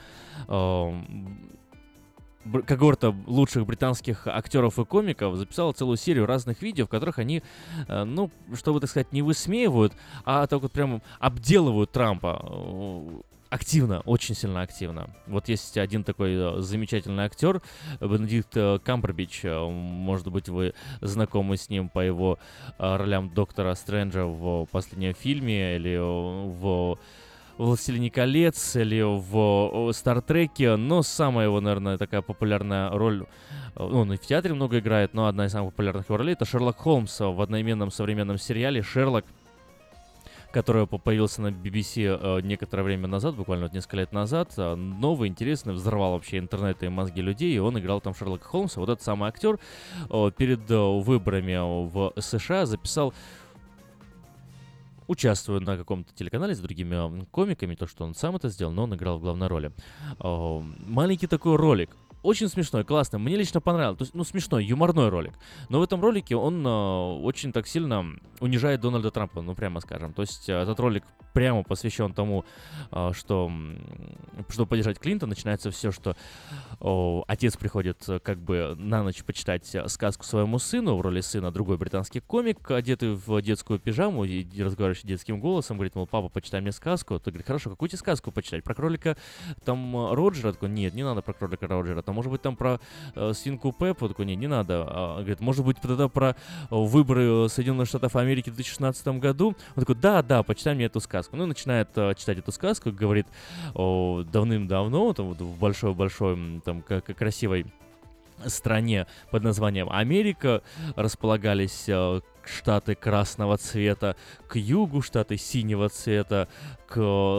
когорта лучших британских актеров и комиков записала целую серию разных видео, в которых они, ну, чтобы, так сказать, не высмеивают, а так вот прям обделывают Трампа. Активно, очень сильно активно. Вот есть один такой замечательный актер, Бенедикт Камбербэтч. Может быть, вы знакомы с ним по его ролям Доктора Стрэнджа в последнем фильме или в «Властелине колец» или в «Стартреке», но самая его, наверное, такая популярная роль, он и в театре много играет, но одна из самых популярных его ролей — это Шерлок Холмс в одноименном современном сериале «Шерлок», который появился на BBC некоторое время назад, буквально вот несколько лет назад. Новый, интересный, взорвал вообще интернет и мозги людей, и он играл там Шерлока Холмса. Вот этот самый актер перед выборами в США записал, участвуя на каком-то телеканале с другими комиками, то, что он сам это сделал, но он играл в главной роли. Маленький такой ролик. Очень смешной, классный. Мне лично понравилось. То есть, ну, смешной, юморной ролик. Но в этом ролике он очень так сильно унижает Дональда Трампа, ну, прямо скажем. То есть, этот ролик прямо посвящен тому, что, чтобы поддержать Клинтон, начинается все, что отец приходит как бы на ночь почитать сказку своему сыну, в роли сына другой британский комик, одетый в детскую пижаму и разговаривающий детским голосом, говорит, мол, папа, почитай мне сказку. Ты говоришь, хорошо, какую тебе сказку почитать? Про кролика там Роджера? Такой, нет, не надо про кролика Роджера. Там, может быть, там про свинку Пеппу? Такой, нет, не надо. Говорит, может быть, тогда про выборы Соединенных Штатов Америки в 2016 году? Он такой, да, почитай мне эту сказку. Ну, и начинает читать эту сказку, говорит, давным-давно, там, вот, в большой-большой, там, красивой стране под названием Америка располагались штаты красного цвета, к югу штаты синего цвета, к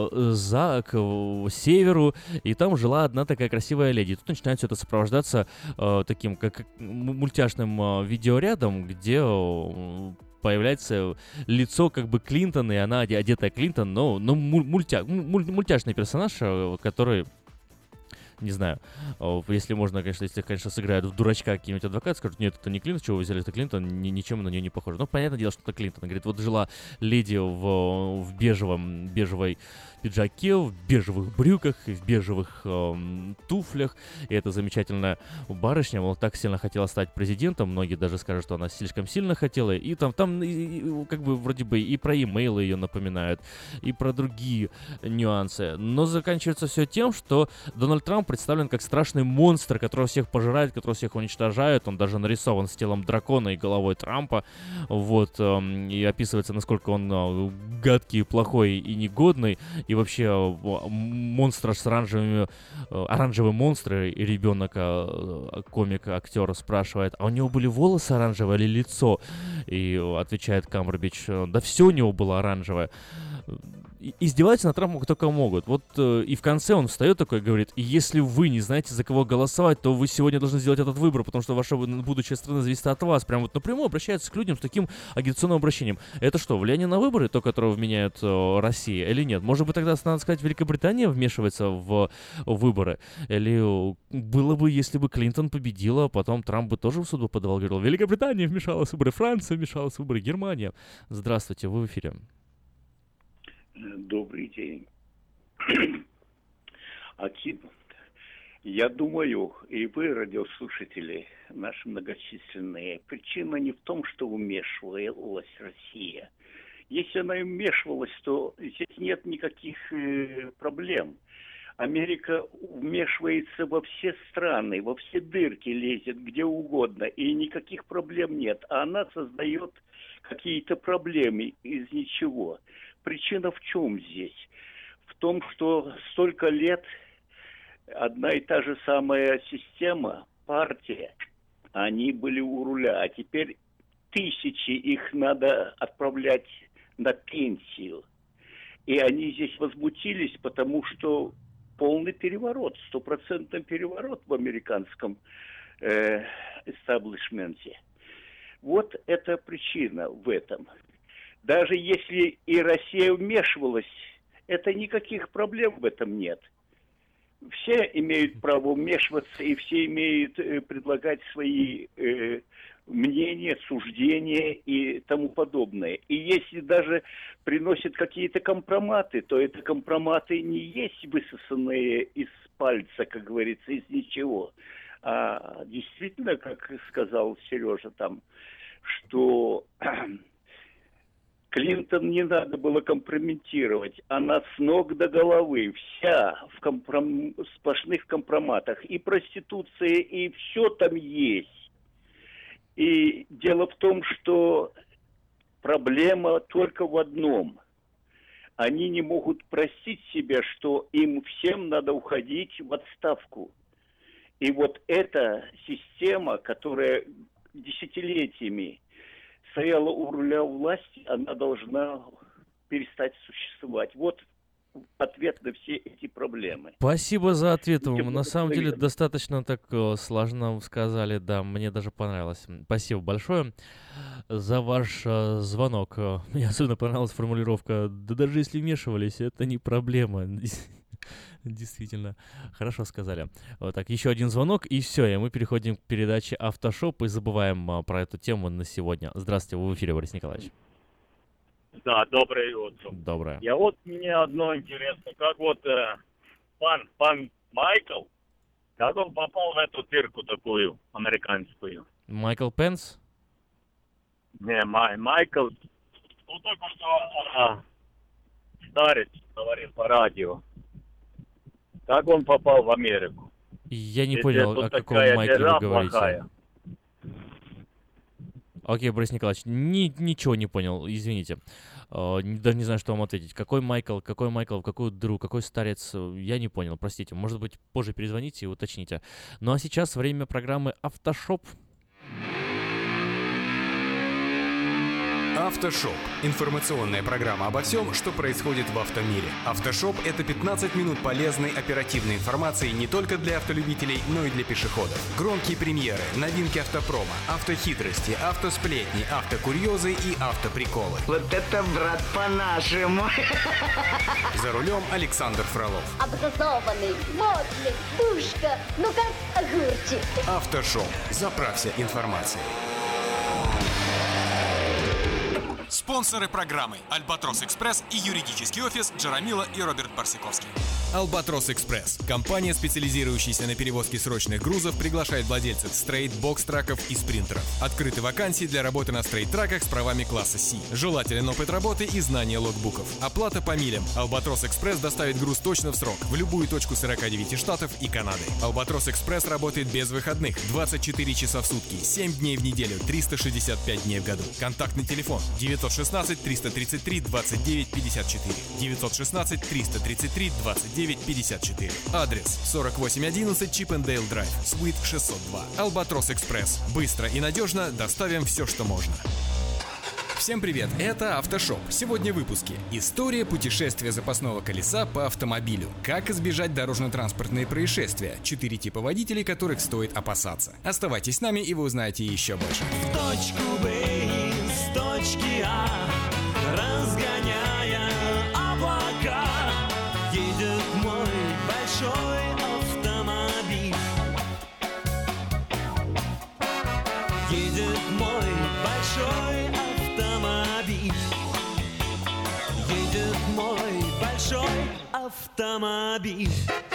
северу, и там жила одна такая красивая леди. И тут начинает все это сопровождаться таким как мультяшным видеорядом, где появляется лицо как бы Клинтона, и она одетая Клинтон, но мультяшный персонаж, который не знаю, если можно, конечно, если, конечно, сыграют в дурачка какие-нибудь адвокаты, скажут, нет, это не Клинтон, чего вы взяли, это Клинтон, ничем на нее не похоже. Ну, понятное дело, что это Клинтон. Она говорит, вот жила леди в бежевой пиджаке, в бежевых брюках, в бежевых туфлях, и эта замечательная барышня, мол, так сильно хотела стать президентом, многие даже скажут, что она слишком сильно хотела, и там как бы вроде бы и про имейлы ее напоминают, и про другие нюансы, но заканчивается все тем, что Дональд Трамп представлен как страшный монстр, который всех пожирает, который всех уничтожает, он даже нарисован с телом дракона и головой Трампа, вот, и описывается, насколько он гадкий, плохой и негодный, и вообще монстр с оранжевый монстр, и ребенок, комик, актер спрашивает, а у него были волосы оранжевые или лицо? И отвечает Камбербэтч, да все у него было оранжевое. Издеваются над Трампом только могут. Вот и в конце он встает такой и говорит, если вы не знаете, за кого голосовать, то вы сегодня должны сделать этот выбор, потому что ваше будущее страны зависит от вас. Прям вот напрямую обращается к людям с таким агитационным обращением. Это что, влияние на выборы, то, которое вменяет Россия, или нет? Может быть, тогда, надо сказать, Великобритания вмешивается в выборы? Или было бы, если бы Клинтон победила, потом Трамп бы тоже в суд подавал, говорил, Великобритания вмешалась в выборы, Франция вмешалась в выборы, Германия. Здравствуйте, вы в эфире. Добрый день. Аким, я думаю, и вы, радиослушатели, наши многочисленные, причина не в том, что вмешивалась Россия. Если она вмешивалась, то здесь нет никаких проблем. Америка вмешивается во все страны, во все дырки лезет, где угодно, и никаких проблем нет. А она создает какие-то проблемы из ничего. Причина в чем здесь? В том, что столько лет одна и та же самая система, партия, они были у руля, а теперь тысячи их надо отправлять на пенсию. И они здесь возмутились, потому что полный переворот, стопроцентный переворот в американском эстаблишменте. Вот это причина в этом. Даже если и Россия вмешивалась, это никаких проблем в этом нет. Все имеют право вмешиваться, и все имеют предлагать свои мнения, суждения и тому подобное. И если даже приносят какие-то компроматы, то это компроматы не есть высосанные из пальца, как говорится, из ничего. А действительно, как сказал Сережа там, что Клинтон не надо было компрометировать. Она с ног до головы, вся в сплошных компроматах. И проституция, и все там есть. И дело в том, что проблема только в одном. Они не могут простить себя, что им всем надо уходить в отставку. И вот эта система, которая десятилетиями стояла у руля власти, она должна перестать существовать. Вот ответ на все эти проблемы. Спасибо за ответ. На самом деле достаточно так сложно сказали. Да, мне даже понравилось. Спасибо большое за ваш звонок. Мне особенно понравилась формулировка: да даже если вмешивались, это не проблема. Действительно, хорошо сказали. Вот так, еще один звонок, и все, и мы переходим к передаче «Автошоп» и забываем про эту тему на сегодня. Здравствуйте, вы в эфире, Борис Николаевич. Да, доброе утро. Доброе. Мне одно интересно, как вот пан Майкл, как он попал в эту цирку такую, американскую? Майкл Пенс? Не, Майкл, ну только что старец говорил по радио. Как он попал в Америку? Я не понял, о каком Майкле вы говорите. Плохая. Окей, Борис Николаевич, ничего не понял, извините. Даже не знаю, что вам ответить. Какой Майкл, в какую дыру, какой старец, я не понял, простите. Может быть, позже перезвоните и уточните. Ну а сейчас время программы «Автошоп». Автошоп. Информационная программа обо всем, что происходит в автомире. Автошоп — это 15 минут полезной оперативной информации не только для автолюбителей, но и для пешеходов. Громкие премьеры, новинки автопрома, автохитрости, автосплетни, автокурьезы и автоприколы. Вот это, брат, по-нашему. За рулем Александр Фролов. Образованный, модный, душка, ну как огурчик. Автошоп. Заправься информацией. Спонсоры программы «Альбатрос Экспресс» и юридический офис Джарамила и Роберт Барсиковский. «Альбатрос Экспресс» – компания, специализирующаяся на перевозке срочных грузов, приглашает владельцев стрейт, бокс-траков и спринтеров. Открыты вакансии для работы на стрейт-траках с правами класса C. Желателен опыт работы и знание логбуков. Оплата по милям. «Альбатрос Экспресс» доставит груз точно в срок, в любую точку 49 штатов и Канады. «Альбатрос Экспресс» работает без выходных, 24 часа в сутки, 7 дней в неделю, 365 дней в году. Контактный телефон 916-333-29-54. 916-333-29-54. Адрес 4811 Чиппендейл Драйв, Суит 602. Альбатрос Экспресс. Быстро и надежно доставим все, что можно. Всем привет, это Автошоп. Сегодня в выпуске. История путешествия запасного колеса по автомобилю. Как избежать дорожно-транспортные происшествия. 4 типа водителей, которых стоит опасаться. Оставайтесь с нами, и вы узнаете еще больше. В точку Б, с точки А, разгоняя облака, едет мой большой автомобиль. Едет мой большой автомобиль. Едет мой большой автомобиль.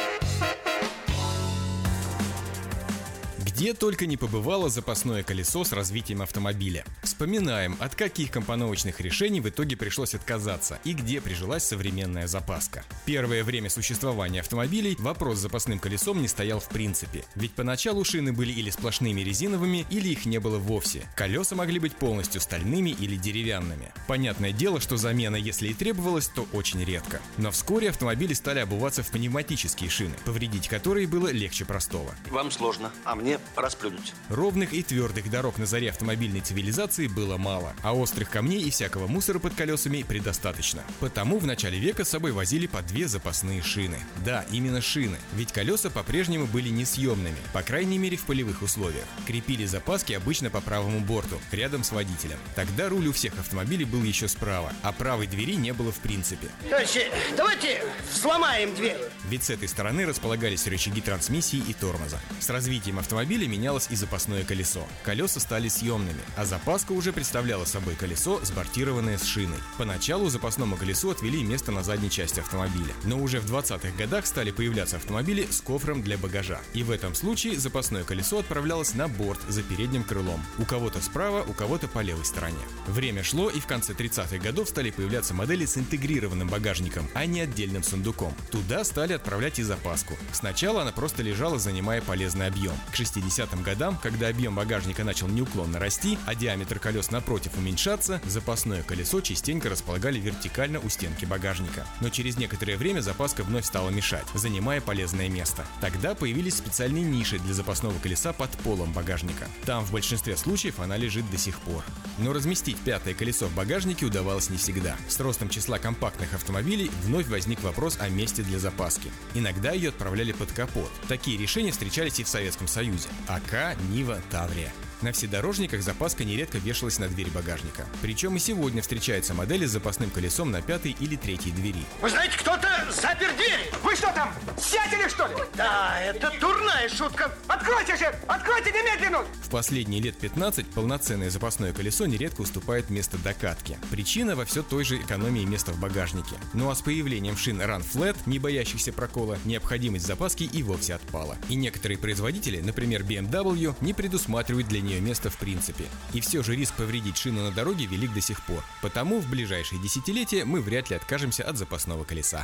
Где только не побывало запасное колесо с развитием автомобиля. Вспоминаем, от каких компоновочных решений в итоге пришлось отказаться и где прижилась современная запаска. Первое время существования автомобилей вопрос с запасным колесом не стоял в принципе, ведь поначалу шины были или сплошными резиновыми, или их не было вовсе. Колеса могли быть полностью стальными или деревянными. Понятное дело, что замена, если и требовалась, то очень редко. Но вскоре автомобили стали обуваться в пневматические шины, повредить которые было легче простого. Вам сложно, а мне расплюнуть. Ровных и твердых дорог на заре автомобильной цивилизации было мало, а острых камней и всякого мусора под колесами предостаточно. Потому в начале века с собой возили по 2 запасные шины. Да, именно шины, ведь колеса по-прежнему были несъемными, по крайней мере в полевых условиях. Крепили запаски обычно по правому борту, рядом с водителем. Тогда руль у всех автомобилей был еще справа, а правой двери не было в принципе. Товарищи, давайте взломаем дверь. Ведь с этой стороны располагались рычаги трансмиссии и тормоза. С развитием автомобиля менялось и запасное колесо. Колеса стали съемными, а запаска уже представляла собой колесо, сбортированное с шиной. Поначалу запасному колесу отвели место на задней части автомобиля, но уже в 20-х годах стали появляться автомобили с кофром для багажа. И в этом случае запасное колесо отправлялось на борт за передним крылом. У кого-то справа, у кого-то по левой стороне. Время шло, и в конце 30-х годов стали появляться модели с интегрированным багажником, а не отдельным сундуком. Туда стали отправлять и запаску. Сначала она просто лежала, занимая полезный объем. К 60-м годам, когда объем багажника начал неуклонно расти, а диаметр колес напротив уменьшаться, запасное колесо частенько располагали вертикально у стенки багажника. Но через некоторое время запаска вновь стала мешать, занимая полезное место. Тогда появились специальные ниши для запасного колеса под полом багажника. Там в большинстве случаев она лежит до сих пор. Но разместить 5-е колесо в багажнике удавалось не всегда. С ростом числа компактных автомобилей вновь возник вопрос о месте для запаски. Иногда ее отправляли под капот. Такие решения встречались и в Советском Союзе. АК, Нива, Таврия. На вседорожниках запаска нередко вешалась на дверь багажника. Причем и сегодня встречаются модели с запасным колесом на 5-й или 3-й двери. Вы знаете, кто-то запер двери! Вы что там, спятили, что ли? Да, это дурная шутка! Откройте же! Откройте немедленно! В последние лет 15 полноценное запасное колесо нередко уступает место докатке. Причина во все той же экономии места в багажнике. Ну а с появлением шин Run Flat, не боящихся прокола, необходимость запаски и вовсе отпала. И некоторые производители, например BMW, не предусматривают для нее место в принципе. И все же риск повредить шину на дороге велик до сих пор. Потому в ближайшие десятилетия мы вряд ли откажемся от запасного колеса.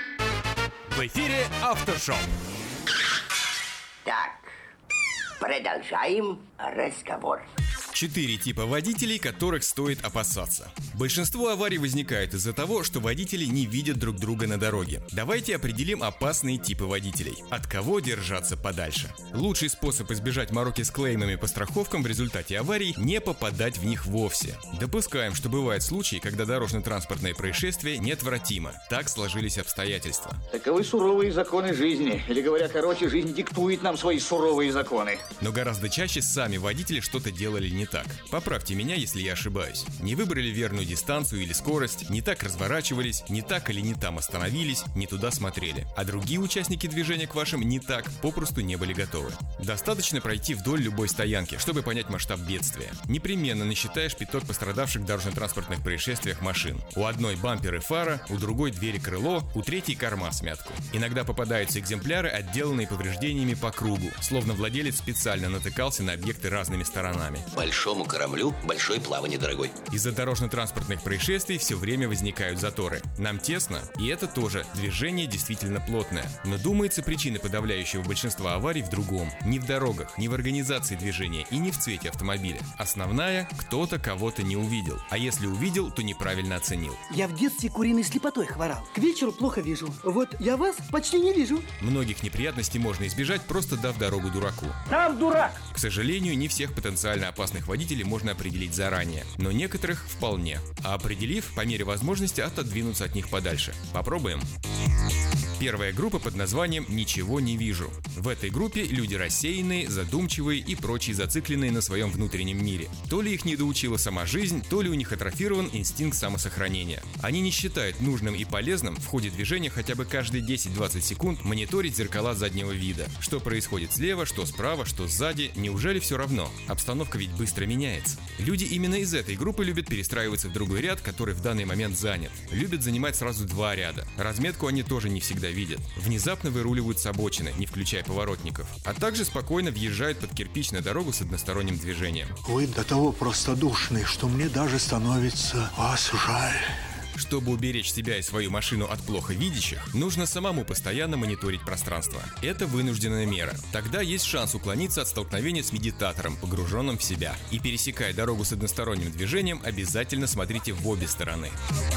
В эфире Автошоп. Так, продолжаем разговор. 4 типа водителей, которых стоит опасаться. Большинство аварий возникает из-за того, что водители не видят друг друга на дороге. Давайте определим опасные типы водителей. От кого держаться подальше? Лучший способ избежать мороки с клеймами по страховкам в результате аварий – не попадать в них вовсе. Допускаем, что бывают случаи, когда дорожно-транспортное происшествие неотвратимо. Так сложились обстоятельства. Таковы суровые законы жизни. Или, говоря короче, жизнь диктует нам свои суровые законы. Но гораздо чаще сами водители что-то делали не так. Поправьте меня, если я ошибаюсь. Не выбрали верную дистанцию или скорость, не так разворачивались, не так или не там остановились, не туда смотрели. А другие участники движения к вашим не так попросту не были готовы. Достаточно пройти вдоль любой стоянки, чтобы понять масштаб бедствия. Непременно насчитаешь пяток пострадавших в дорожно-транспортных происшествиях машин. У одной бампер и фара, у другой дверь и крыло, у третьей корма смятку. Иногда попадаются экземпляры, отделанные повреждениями по кругу, словно владелец специально натыкался на объекты разными сторонами. Большому кораблю большое плавание, дорогой. Из-за дорожно-транспортных происшествий все время возникают заторы. Нам тесно, и это тоже, движение действительно плотное. Но думается, причина подавляющего большинства аварий в другом. Не в дорогах, не в организации движения и не в цвете автомобиля. Основная – кто-то кого-то не увидел. А если увидел, то неправильно оценил. Я в детстве куриной слепотой хворал. К вечеру плохо вижу. Вот я вас почти не вижу. Многих неприятностей можно избежать, просто дав дорогу дураку. Сам дурак! К сожалению, не всех потенциально опасных водителей можно определить заранее, но некоторых вполне. А определив, по мере возможности отодвинуться от них подальше. Попробуем. Первая группа под названием «Ничего не вижу». В этой группе люди рассеянные, задумчивые и прочие зацикленные на своем внутреннем мире. То ли их недоучила сама жизнь, то ли у них атрофирован инстинкт самосохранения. Они не считают нужным и полезным в ходе движения хотя бы каждые 10-20 секунд мониторить зеркала заднего вида. Что происходит слева, что справа, что сзади, неужели все равно? Обстановка ведь быстро меняется. Люди именно из этой группы любят перестраиваться в другой ряд, который в данный момент занят. Любят занимать сразу 2 ряда. Разметку они тоже не всегда видят. Внезапно выруливают с обочины, не включая поворотников. А также спокойно въезжают под кирпич на дорогу с односторонним движением. Вы до того простодушны, что мне даже становится вас жаль. Чтобы уберечь себя и свою машину от плохо видящих, нужно самому постоянно мониторить пространство. Это вынужденная мера. Тогда есть шанс уклониться от столкновения с медитатором, погруженным в себя. И пересекая дорогу с односторонним движением, обязательно смотрите в обе стороны.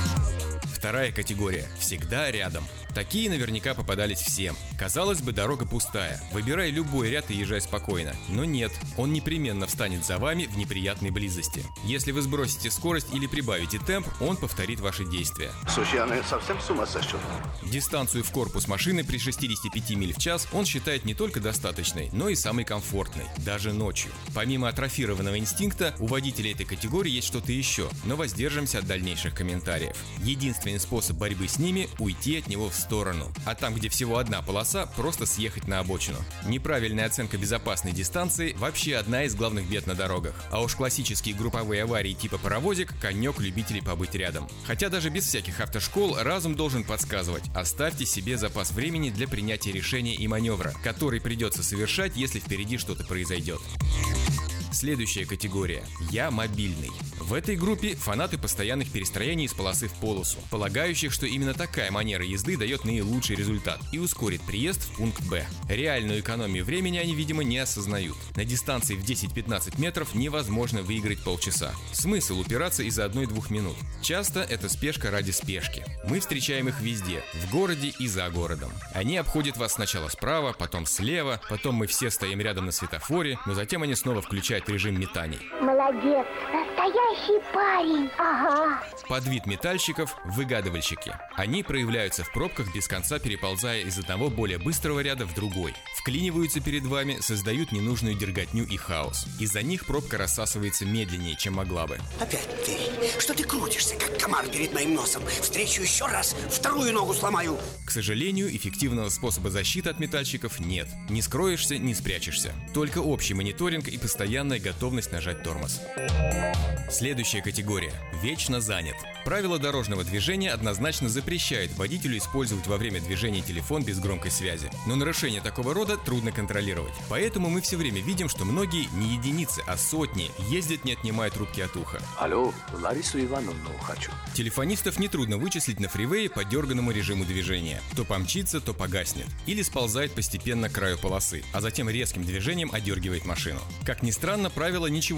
Вторая категория – всегда рядом. Такие наверняка попадались всем. Казалось бы, дорога пустая. Выбирай любой ряд и езжай спокойно. Но нет, он непременно встанет за вами в неприятной близости. Если вы сбросите скорость или прибавите темп, он повторит ваши действия. Слушай, я совсем с ума сошел. Дистанцию в корпус машины при 65 миль в час он считает не только достаточной, но и самой комфортной, даже ночью. Помимо атрофированного инстинкта, у водителей этой категории есть что-то еще, но воздержимся от дальнейших комментариев. Единственный способ борьбы с ними – уйти от него в сторону. А там, где всего одна полоса, просто съехать на обочину. Неправильная оценка безопасной дистанции – вообще одна из главных бед на дорогах. А уж классические групповые аварии типа паровозик – конек любителей побыть рядом. Хотя даже без всяких автошкол разум должен подсказывать – оставьте себе запас времени для принятия решения и маневра, который придется совершать, если впереди что-то произойдет. Следующая категория – «Я мобильный». В этой группе фанаты постоянных перестроений из полосы в полосу, полагающих, что именно такая манера езды дает наилучший результат и ускорит приезд в пункт Б. Реальную экономию времени они, видимо, не осознают. На дистанции в 10-15 метров невозможно выиграть полчаса. Смысл упираться из-за 1-2 минут. Часто это спешка ради спешки. Мы встречаем их везде, в городе и за городом. Они обходят вас сначала справа, потом слева, потом мы все стоим рядом на светофоре, но затем они снова включают режим метаний. Молодец, настоящий парень, ага. Под вид метальщиков – выгадывальщики. Они проявляются в пробках, без конца переползая из одного более быстрого ряда в другой. Вклиниваются перед вами, создают ненужную дерготню и хаос. Из-за них пробка рассасывается медленнее, чем могла бы. Опять ты. Что ты крутишься, как комар перед моим носом? Встречу еще раз, вторую ногу сломаю. К сожалению, эффективного способа защиты от метальщиков нет. Не скроешься, не спрячешься. Только общий мониторинг и постоянная готовность нажать тормоз. Следующая категория – вечно занят. Правила дорожного движения однозначно запрещают водителю использовать во время движения телефон без громкой связи. Но нарушение такого рода трудно контролировать. Поэтому мы все время видим, что многие, не единицы, а сотни, ездят, не отнимая трубки от уха. Алло, Ларису Ивановну хочу. Телефонистов нетрудно вычислить на фривее по дерганному режиму движения. То помчится, то погаснет. Или сползает постепенно к краю полосы, а затем резким движением одергивает машину. Как ни странно, правила ничего не имеют против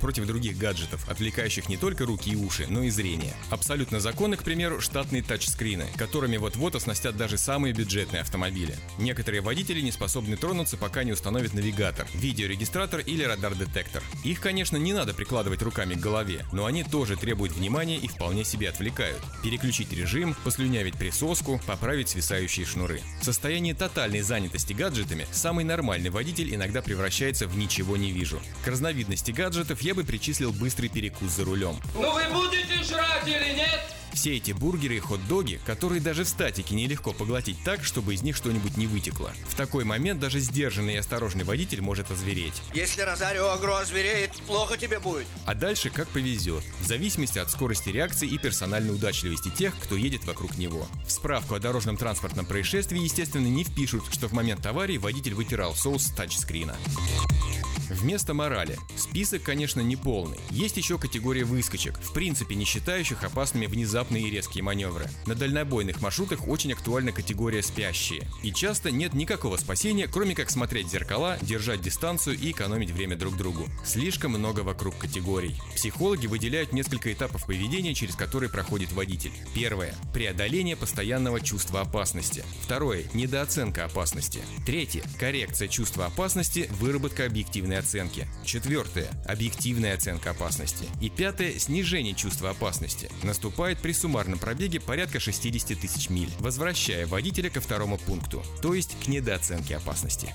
против других гаджетов, отвлекающих не только руки и уши, но и зрение. Абсолютно законны, к примеру, штатные тачскрины, которыми вот-вот оснастят даже самые бюджетные автомобили. Некоторые водители не способны тронуться, пока не установят навигатор, видеорегистратор или радар-детектор. Их, конечно, не надо прикладывать руками к голове, но они тоже требуют внимания и вполне себе отвлекают. Переключить режим, послюнявить присоску, поправить свисающие шнуры. В состоянии тотальной занятости гаджетами самый нормальный водитель иногда превращается в «ничего не вижу». К разновидности гаджетов я бы причислил быстрый перекус за рулем. Ну вы будете жрать или нет? Все эти бургеры и хот-доги, которые даже в статике нелегко поглотить так, чтобы из них что-нибудь не вытекло. В такой момент даже сдержанный и осторожный водитель может озвереть. Если Розарио Агро озвереет, плохо тебе будет. А дальше как повезет, в зависимости от скорости реакции и персональной удачливости тех, кто едет вокруг него. В справку о дорожном транспортном происшествии, естественно, не впишут, что в момент аварии водитель вытирал соус с тачскрина. Вместо морали. Список, конечно, не полный. Есть еще категория выскочек, в принципе не считающих опасными внезапные и резкие маневры. На дальнобойных маршрутах очень актуальна категория спящие. И часто нет никакого спасения, кроме как смотреть в зеркала, держать дистанцию и экономить время друг другу. Слишком много вокруг категорий. Психологи выделяют несколько этапов поведения, через которые проходит водитель. Первое. Преодоление постоянного чувства опасности. Второе. Недооценка опасности. Третье. Коррекция чувства опасности, выработка объективной оценки. Четвертое. Объективная оценка опасности. И пятое. Снижение чувства опасности. Наступает при суммарном пробеге порядка 60 тысяч миль, возвращая водителя ко второму пункту, то есть к недооценке опасности.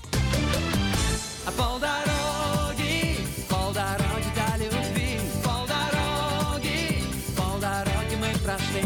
Полдороги до любви, полдороги мы прошли,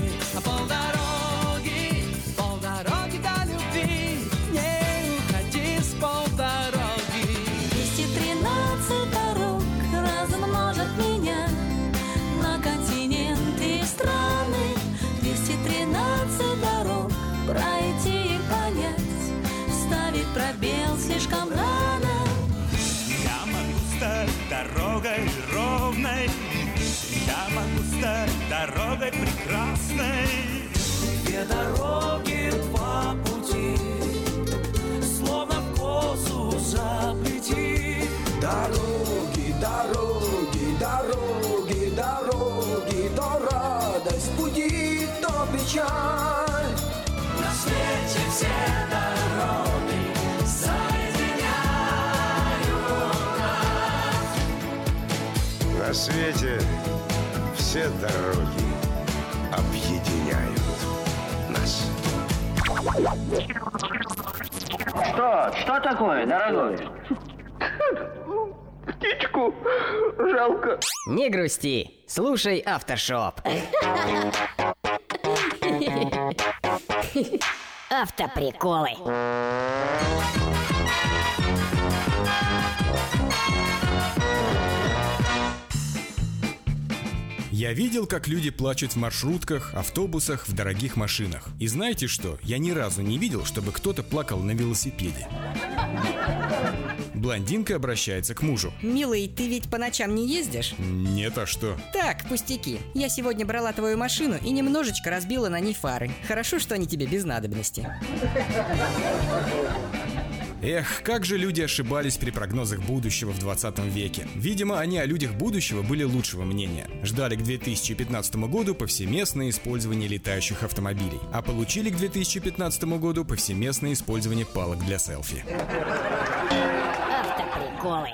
полдороги до любви, не уходи с полдороги. 213 дорог размножат меня на континенты и страны. 213 дорог пройти и понять, вставить пробел слишком рано. Я могу стать дорогой ровной, я могу стать дорогой прекрасной. Две дороги, два пути, словно в косу заплети. Дороги, дороги, дороги, дороги, то радость пути, то печаль. На свете все дороги соединяют нас. На свете все дороги объединяют нас. Что такое, дорогой? Птичку жалко. Не грусти, слушай Автошоп. Автоприколы. Я видел, как люди плачут в маршрутках, автобусах, в дорогих машинах. И знаете что? Я ни разу не видел, чтобы кто-то плакал на велосипеде. Блондинка обращается к мужу. Милый, ты ведь по ночам не ездишь? Нет, а что? Так, пустяки. Я сегодня брала твою машину и немножечко разбила на ней фары. Хорошо, что они тебе без надобности. Эх, как же люди ошибались при прогнозах будущего в 20 веке. Видимо, они о людях будущего были лучшего мнения. Ждали к 2015 году повсеместное использование летающих автомобилей, а получили к 2015 году повсеместное использование палок для селфи. Автоприколы.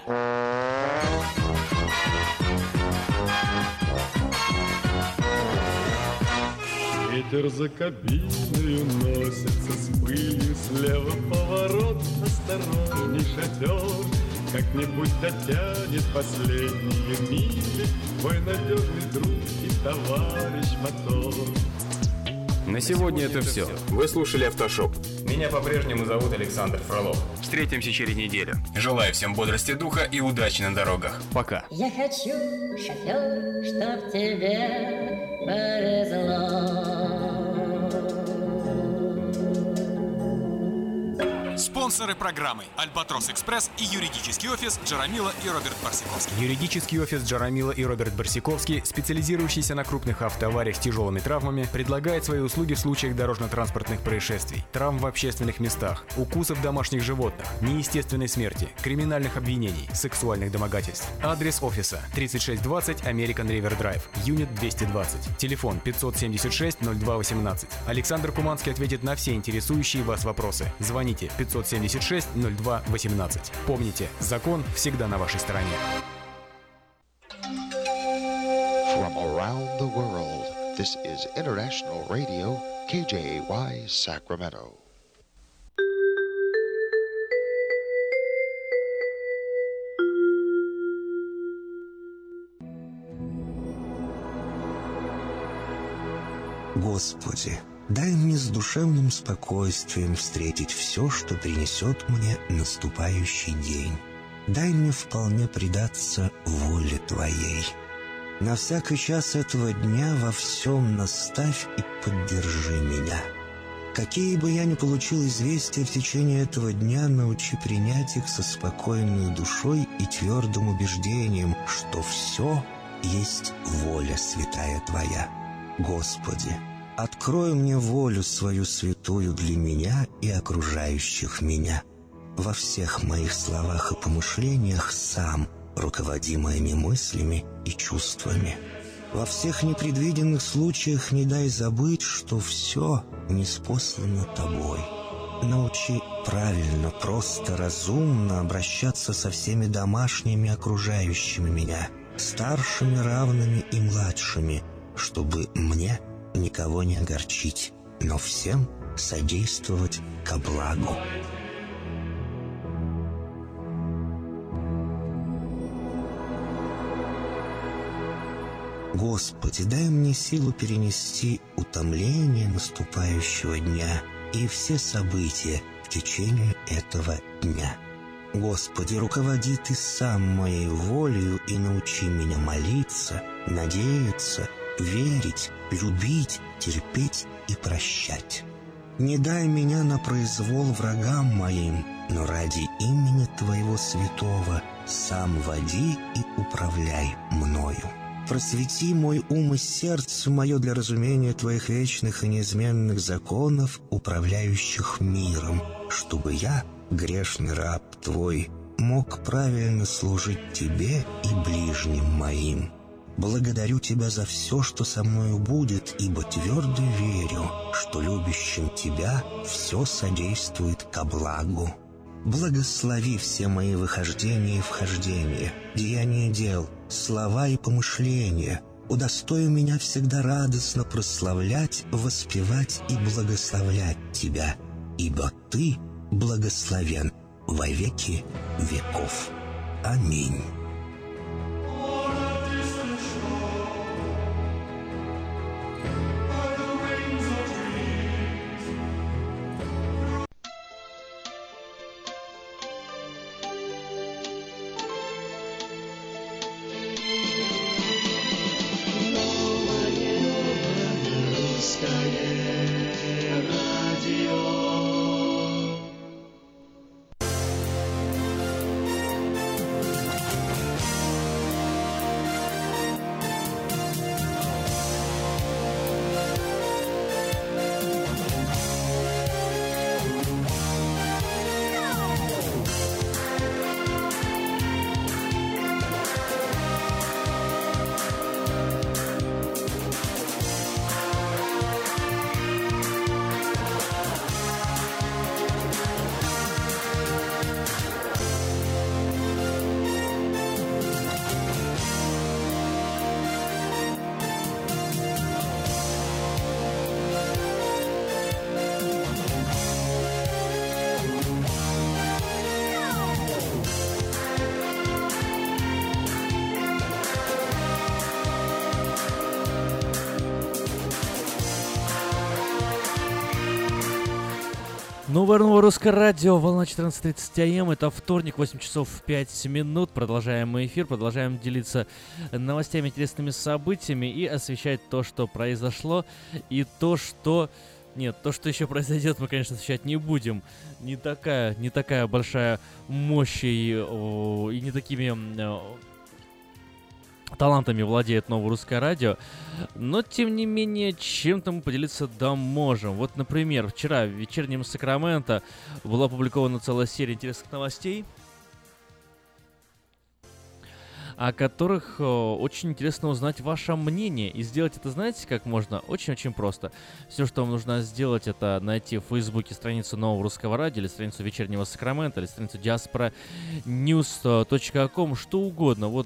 Ветер за кабиной уносится с пылью, слева поворот, осторожней шофер. Как-нибудь дотянет последние мили твой надежный друг и товарищ мотор. На сегодня это все. Вы слушали Автошоп. Меня по-прежнему зовут Александр Фролов. Встретимся через неделю. Желаю всем бодрости духа и удачи на дорогах. Пока. Я хочу, шофер, чтоб тебе повезло. Спонсоры программы «Альбатрос Экспресс» и юридический офис Джарамила и Роберт Барсиковский. Юридический офис Джарамила и Роберт Барсиковский, специализирующийся на крупных автоавариях с тяжелыми травмами, предлагает свои услуги в случаях дорожно-транспортных происшествий, травм в общественных местах, укусов домашних животных, неестественной смерти, криминальных обвинений, сексуальных домогательств. Адрес офиса: 3620 American River Drive, Юнит 220. Телефон 576-0218. Александр Куманский ответит на все интересующие вас вопросы. Звоните 576-0218. Помните, закон всегда на вашей стороне. From around the world, this is International Radio, KJY, Sacramento. Господи, дай мне с душевным спокойствием встретить все, что принесет мне наступающий день. Дай мне вполне предаться воле Твоей. На всякий час этого дня во всем наставь и поддержи меня. Какие бы я ни получил известия в течение этого дня, научи принять их со спокойной душой и твердым убеждением, что все есть воля святая Твоя. Господи, открой мне волю свою святую для меня и окружающих меня. Во всех моих словах и помышлениях сам руководи моими мыслями и чувствами. Во всех непредвиденных случаях не дай забыть, что все ниспослано Тобой. Научи правильно, просто, разумно обращаться со всеми домашними окружающими меня, старшими, равными и младшими, чтобы мне никого не огорчить, но всем содействовать ко благу. Господи, дай мне силу перенести утомление наступающего дня и все события в течение этого дня. Господи, руководи Ты сам моей волею и научи меня молиться, надеяться, верить, любить, терпеть и прощать. Не дай меня на произвол врагам моим, но ради имени Твоего святого сам води и управляй мною. Просвети мой ум и сердце мое для разумения Твоих вечных и неизменных законов, управляющих миром, чтобы я, грешный раб Твой, мог правильно служить Тебе и ближним моим. Благодарю Тебя за все, что со мною будет, ибо твердо верю, что любящим Тебя все содействует ко благу. Благослови все мои выхождения и вхождения, деяния дел, слова и помышления. Удостой меня всегда радостно прославлять, воспевать и благословлять Тебя, ибо Ты благословен во веки веков. Аминь. Новое русское радио, волна 14:30 АМ, это вторник, 8 часов 5 минут, продолжаем эфир, продолжаем делиться новостями, интересными событиями и освещать то, что произошло, и то, что Нет, то, что еще произойдет, мы, конечно, освещать не будем. Не такая большая мощь и не такими талантами владеет новое русское радио. Но, тем не менее, чем-то мы поделиться можем. Вот, например, вчера в вечернем Сакраменто была опубликована целая серия интересных новостей, о которых очень интересно узнать ваше мнение. И сделать это, знаете, как можно? Очень-очень просто. Все, что вам нужно сделать, это найти в Фейсбуке страницу Нового Русского Радио, или страницу Вечернего Сакрамента, или страницу diasporanews.com, что угодно. Вот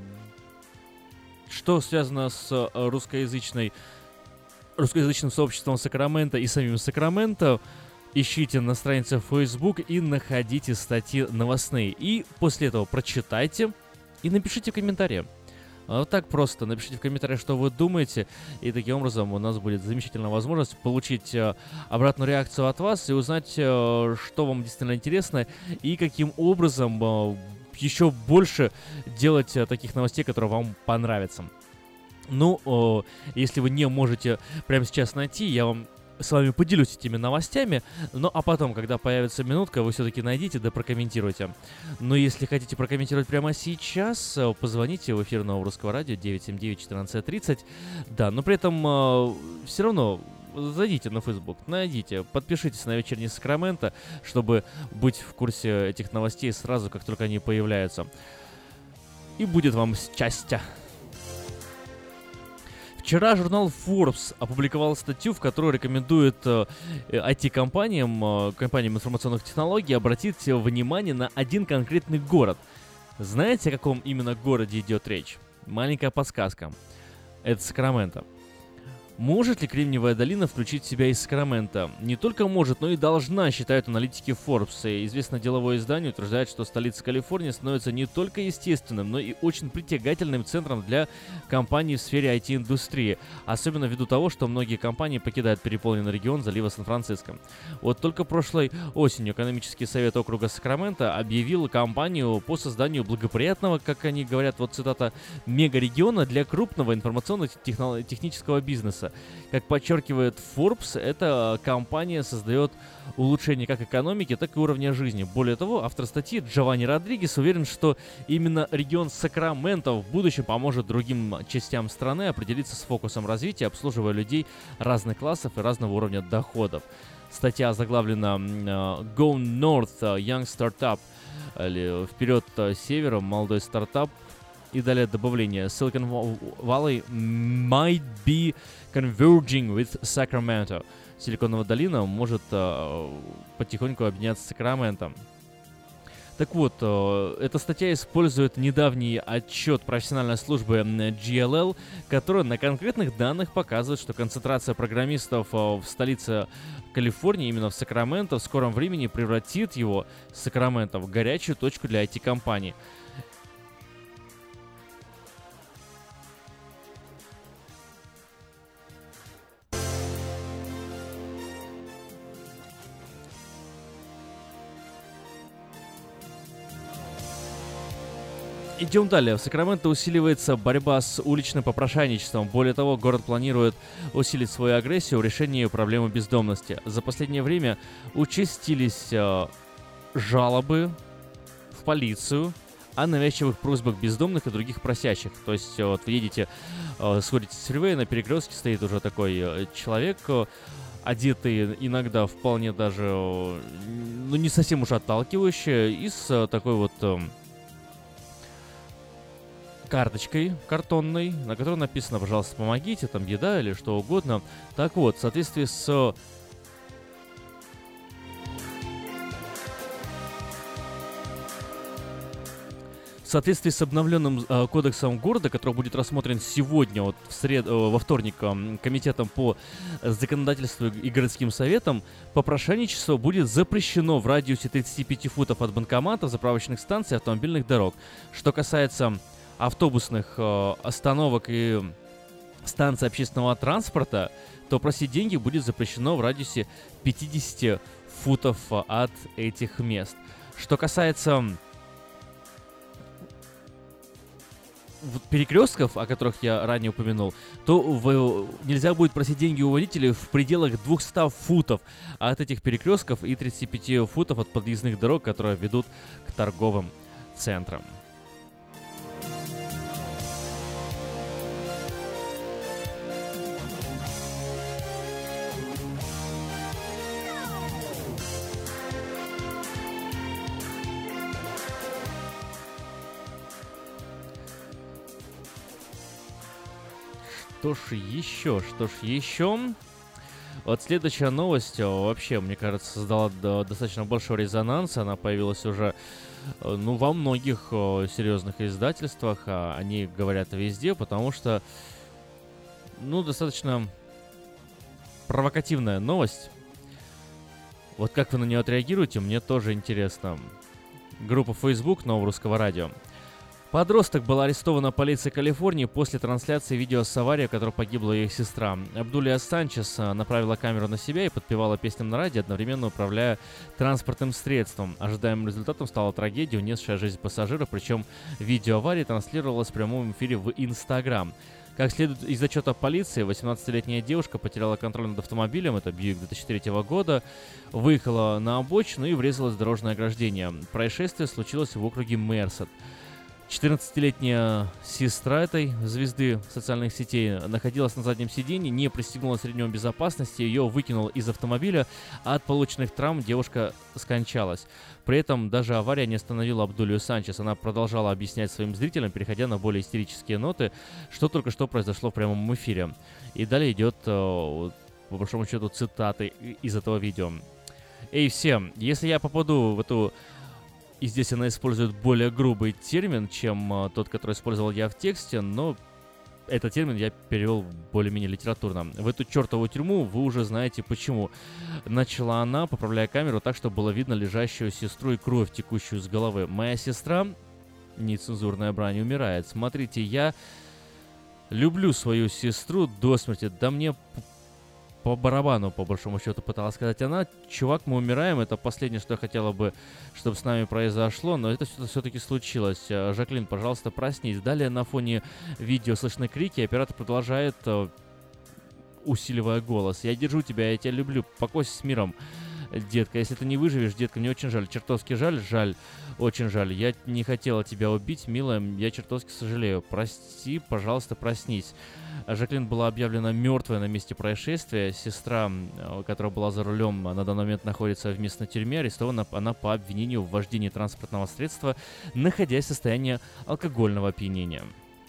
что связано с русскоязычным сообществом Сакрамента и самим Сакраменто, ищите на странице Facebook и находите статьи новостные. И после этого прочитайте и напишите в комментариях. Вот так просто. Напишите в комментариях, что вы думаете. И таким образом у нас будет замечательная возможность получить обратную реакцию от вас и узнать, что вам действительно интересно и каким образом еще больше делать таких новостей, которые вам понравятся. Ну, если вы не можете прямо сейчас найти, я вам с вами поделюсь этими новостями, ну а потом, когда появится минутка, вы все-таки найдите, да прокомментируйте. Но если хотите прокомментировать прямо сейчас, позвоните в эфир Нового Русского Радио 979-1430. Да, но при этом все равно зайдите на Facebook, найдите, подпишитесь на Вечерний Сакраменто, чтобы быть в курсе этих новостей сразу, как только они появляются. И будет вам счастье. Вчера журнал Forbes опубликовал статью, в которой рекомендует IT-компаниям, компаниям информационных технологий обратить внимание на один конкретный город. Знаете, о каком именно городе идет речь? Маленькая подсказка. Это Сакраменто. Может ли Кремниевая долина включить в себя из Сакрамента? Не только может, но и должна, считают аналитики Forbes. И известное деловое издание утверждает, что столица Калифорнии становится не только естественным, но и очень притягательным центром для компаний в сфере IT-индустрии. Особенно ввиду того, что многие компании покидают переполненный регион залива Сан-Франциско. Вот только прошлой осенью экономический совет округа Сакраменто объявил кампанию по созданию благоприятного, как они говорят, вот цитата, мегарегиона для крупного информационно-технического бизнеса. Как подчеркивает Forbes, эта компания создает улучшение как экономики, так и уровня жизни. Более того, автор статьи Джованни Родригес уверен, что именно регион Сакраменто в будущем поможет другим частям страны определиться с фокусом развития, обслуживая людей разных классов и разного уровня доходов. Статья заглавлена «Go North, Young Startup», или «Вперед севером, молодой стартап». И далее добавление Silicon Valley might be converging with Sacramento. Силиконовая долина может потихоньку объединяться с Сакраменто. Так вот, эта статья использует недавний отчет профессиональной службы GLL, которая на конкретных данных показывает, что концентрация программистов в столице Калифорнии, именно в Сакраменто, в скором времени превратит его, Сакраменто, в горячую точку для IT-компаний. Идем далее. В Сакраменто усиливается борьба с уличным попрошайничеством. Более того, город планирует усилить свою агрессию в решении проблемы бездомности. За последнее время участились жалобы в полицию о навязчивых просьбах бездомных и других просящих. То есть, вот вы едете, сходите с фривея, на перекрестке стоит уже такой человек, одетый иногда вполне даже, ну, не совсем уж отталкивающий, и с такой вот карточкой картонной, на которой написано, пожалуйста, помогите, там еда или что угодно. Так вот, в соответствии с обновленным кодексом города, который будет рассмотрен сегодня, вот во вторник, комитетом по законодательству и городским советам, попрошайничество будет запрещено в радиусе 35 футов от банкоматов, заправочных станций, автомобильных дорог. Что касается автобусных остановок и станций общественного транспорта, то просить деньги будет запрещено в радиусе 50 футов от этих мест. Что касается перекрестков, о которых я ранее упомянул, то нельзя будет просить деньги у водителей в пределах 200 футов от этих перекрестков и 35 футов от подъездных дорог, которые ведут к торговым центрам. Что ж еще? Вот следующая новость вообще, мне кажется, создала достаточно большой резонанс. Она появилась уже, во многих серьезных издательствах. Они говорят везде, потому что, достаточно провокативная новость. Вот как вы на нее отреагируете, мне тоже интересно. Группа Facebook Нового Русского Радио. Подросток был арестован полицией Калифорнии после трансляции видео с аварии, в которой погибла их сестра. Абдулия Санчес направила камеру на себя и подпевала песням на радио, одновременно управляя транспортным средством. Ожидаемым результатом стала трагедия, унесшая жизнь пассажира, причем видео аварии транслировалось в прямом эфире в Instagram. Как следует из отчета полиции, 18-летняя девушка потеряла контроль над автомобилем, это Бьюик 2003 года, выехала на обочину и врезалась в дорожное ограждение. Происшествие случилось в округе Мерсет. 14-летняя сестра этой звезды социальных сетей находилась на заднем сиденье, не пристегнулась ремнем безопасности, ее выкинуло из автомобиля, а от полученных травм девушка скончалась. При этом даже авария не остановила Абдулию Санчес. Она продолжала объяснять своим зрителям, переходя на более истерические ноты, что только что произошло в прямом эфире. И далее идет, по большому счету, цитаты из этого видео. «Эй, все, если я попаду в эту...» И здесь она использует более грубый термин, чем тот, который использовал я в тексте, но этот термин я перевел более-менее литературно. В эту чертову тюрьму вы уже знаете почему. Начала она, поправляя камеру так, чтобы было видно лежащую сестру и кровь, текущую с головы. Моя сестра, нецензурная брань, умирает. Смотрите, я люблю свою сестру до смерти. Да мне... по барабану, по большому счету, пыталась сказать она. Чувак, мы умираем, это последнее, что я хотела бы, чтобы с нами произошло, но это все-таки случилось. Жаклин, пожалуйста, проснись. Далее на фоне видео слышны крики, оператор продолжает, усиливая голос. Я держу тебя, я тебя люблю, покойся с миром, детка. Если ты не выживешь, детка, мне очень жаль, чертовски жаль, очень жаль. Я не хотела тебя убить, милая, я чертовски сожалею. Прости, пожалуйста, проснись. Жаклин была объявлена мертвой на месте происшествия. Сестра, которая была за рулем, на данный момент находится в местной тюрьме. Арестована она по обвинению в вождении транспортного средства, находясь в состоянии алкогольного опьянения.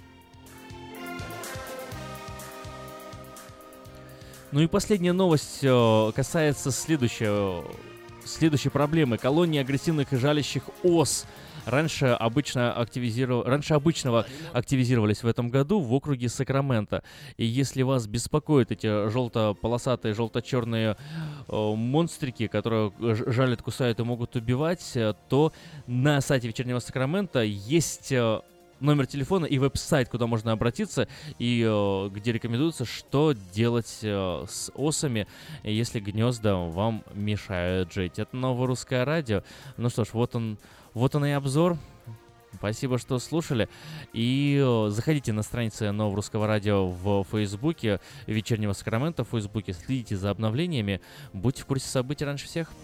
Ну и последняя новость касается следующей проблемы. Колонии агрессивных и жалящих ос раньше обычного активизировались в этом году в округе Сакраменто. И если вас беспокоят эти желто-полосатые, желто-черные монстрики, которые жалят, кусают и могут убивать, то на сайте Вечернего Сакрамента есть... номер телефона и веб-сайт, куда можно обратиться, и где рекомендуется, что делать с осами, если гнезда вам мешают жить. Это Новое Русское Радио. Ну что ж, вот он и обзор. Спасибо, что слушали. И заходите на страницы Нового Русского Радио в Фейсбуке, Вечернего Сакрамента в Фейсбуке, следите за обновлениями, будьте в курсе событий раньше всех.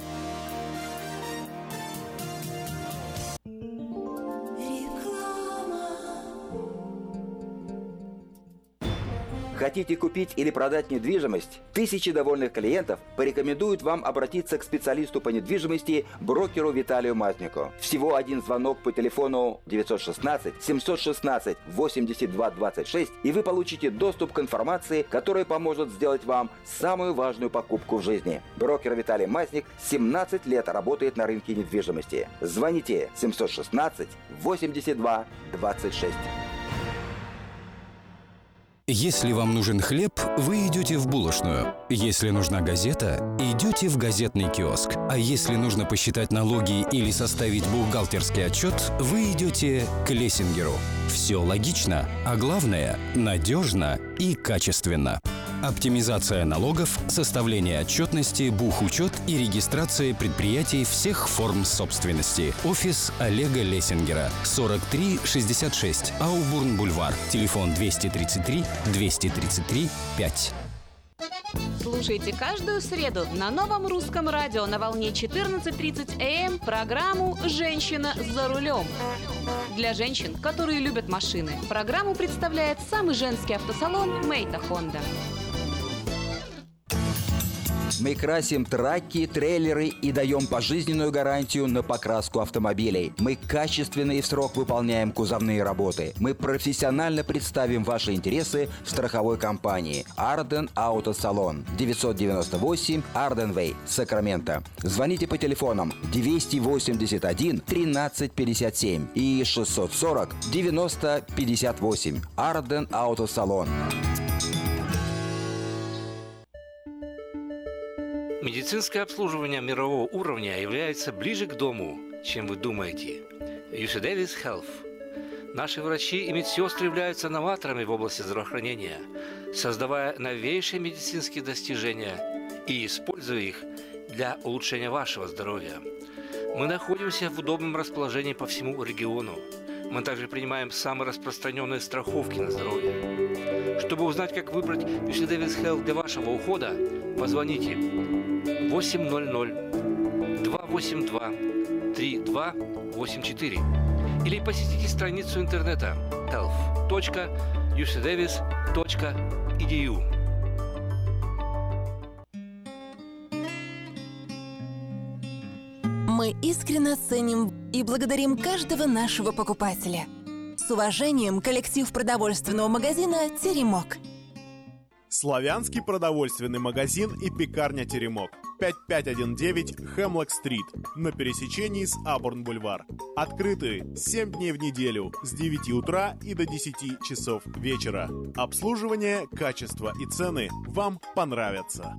Хотите купить или продать недвижимость? Тысячи довольных клиентов порекомендуют вам обратиться к специалисту по недвижимости, брокеру Виталию Мазнику. Всего один звонок по телефону 916-716-8226, и вы получите доступ к информации, которая поможет сделать вам самую важную покупку в жизни. Брокер Виталий Мазник 17 лет работает на рынке недвижимости. Звоните 716-8226. Если вам нужен хлеб, вы идете в булочную. Если нужна газета, идете в газетный киоск. А если нужно посчитать налоги или составить бухгалтерский отчет, вы идете к Лессингеру. Все логично, а главное – надежно и качественно. Оптимизация налогов, составление отчетности, бухучет и регистрация предприятий всех форм собственности. Офис Олега Лессингера. 4366. Аубурн-Бульвар. Телефон 233 233 5. Слушайте каждую среду на Новом русском радио на волне 14:30 АМ программу «Женщина за рулем». Для женщин, которые любят машины, программу представляет самый женский автосалон «Мейта Хонда». Мы красим траки, трейлеры и даем пожизненную гарантию на покраску автомобилей. Мы качественно и в срок выполняем кузовные работы. Мы профессионально представим ваши интересы в страховой компании Арден Автосалон. 998 Арден Вей, Сакраменто. Звоните по телефонам 281 13 57 и 640 90 58. Арден Автосалон. Медицинское обслуживание мирового уровня является ближе к дому, чем вы думаете. UC Davis Health. Наши врачи и медсестры являются новаторами в области здравоохранения, создавая новейшие медицинские достижения и используя их для улучшения вашего здоровья. Мы находимся в удобном расположении по всему региону. Мы также принимаем самые распространенные страховки на здоровье. Чтобы узнать, как выбрать UC Davis Health для вашего ухода, позвоните 800-282-3284 или посетите страницу интернета health.ucdavis.edu. Мы искренне ценим и благодарим каждого нашего покупателя. С уважением, коллектив продовольственного магазина «Теремок». Славянский продовольственный магазин и пекарня «Теремок». 5519 Хемлок-стрит на пересечении с Абурн-Бульвар. Открыты 7 дней в неделю с 9 утра и до 10 часов вечера. Обслуживание, качество и цены вам понравятся.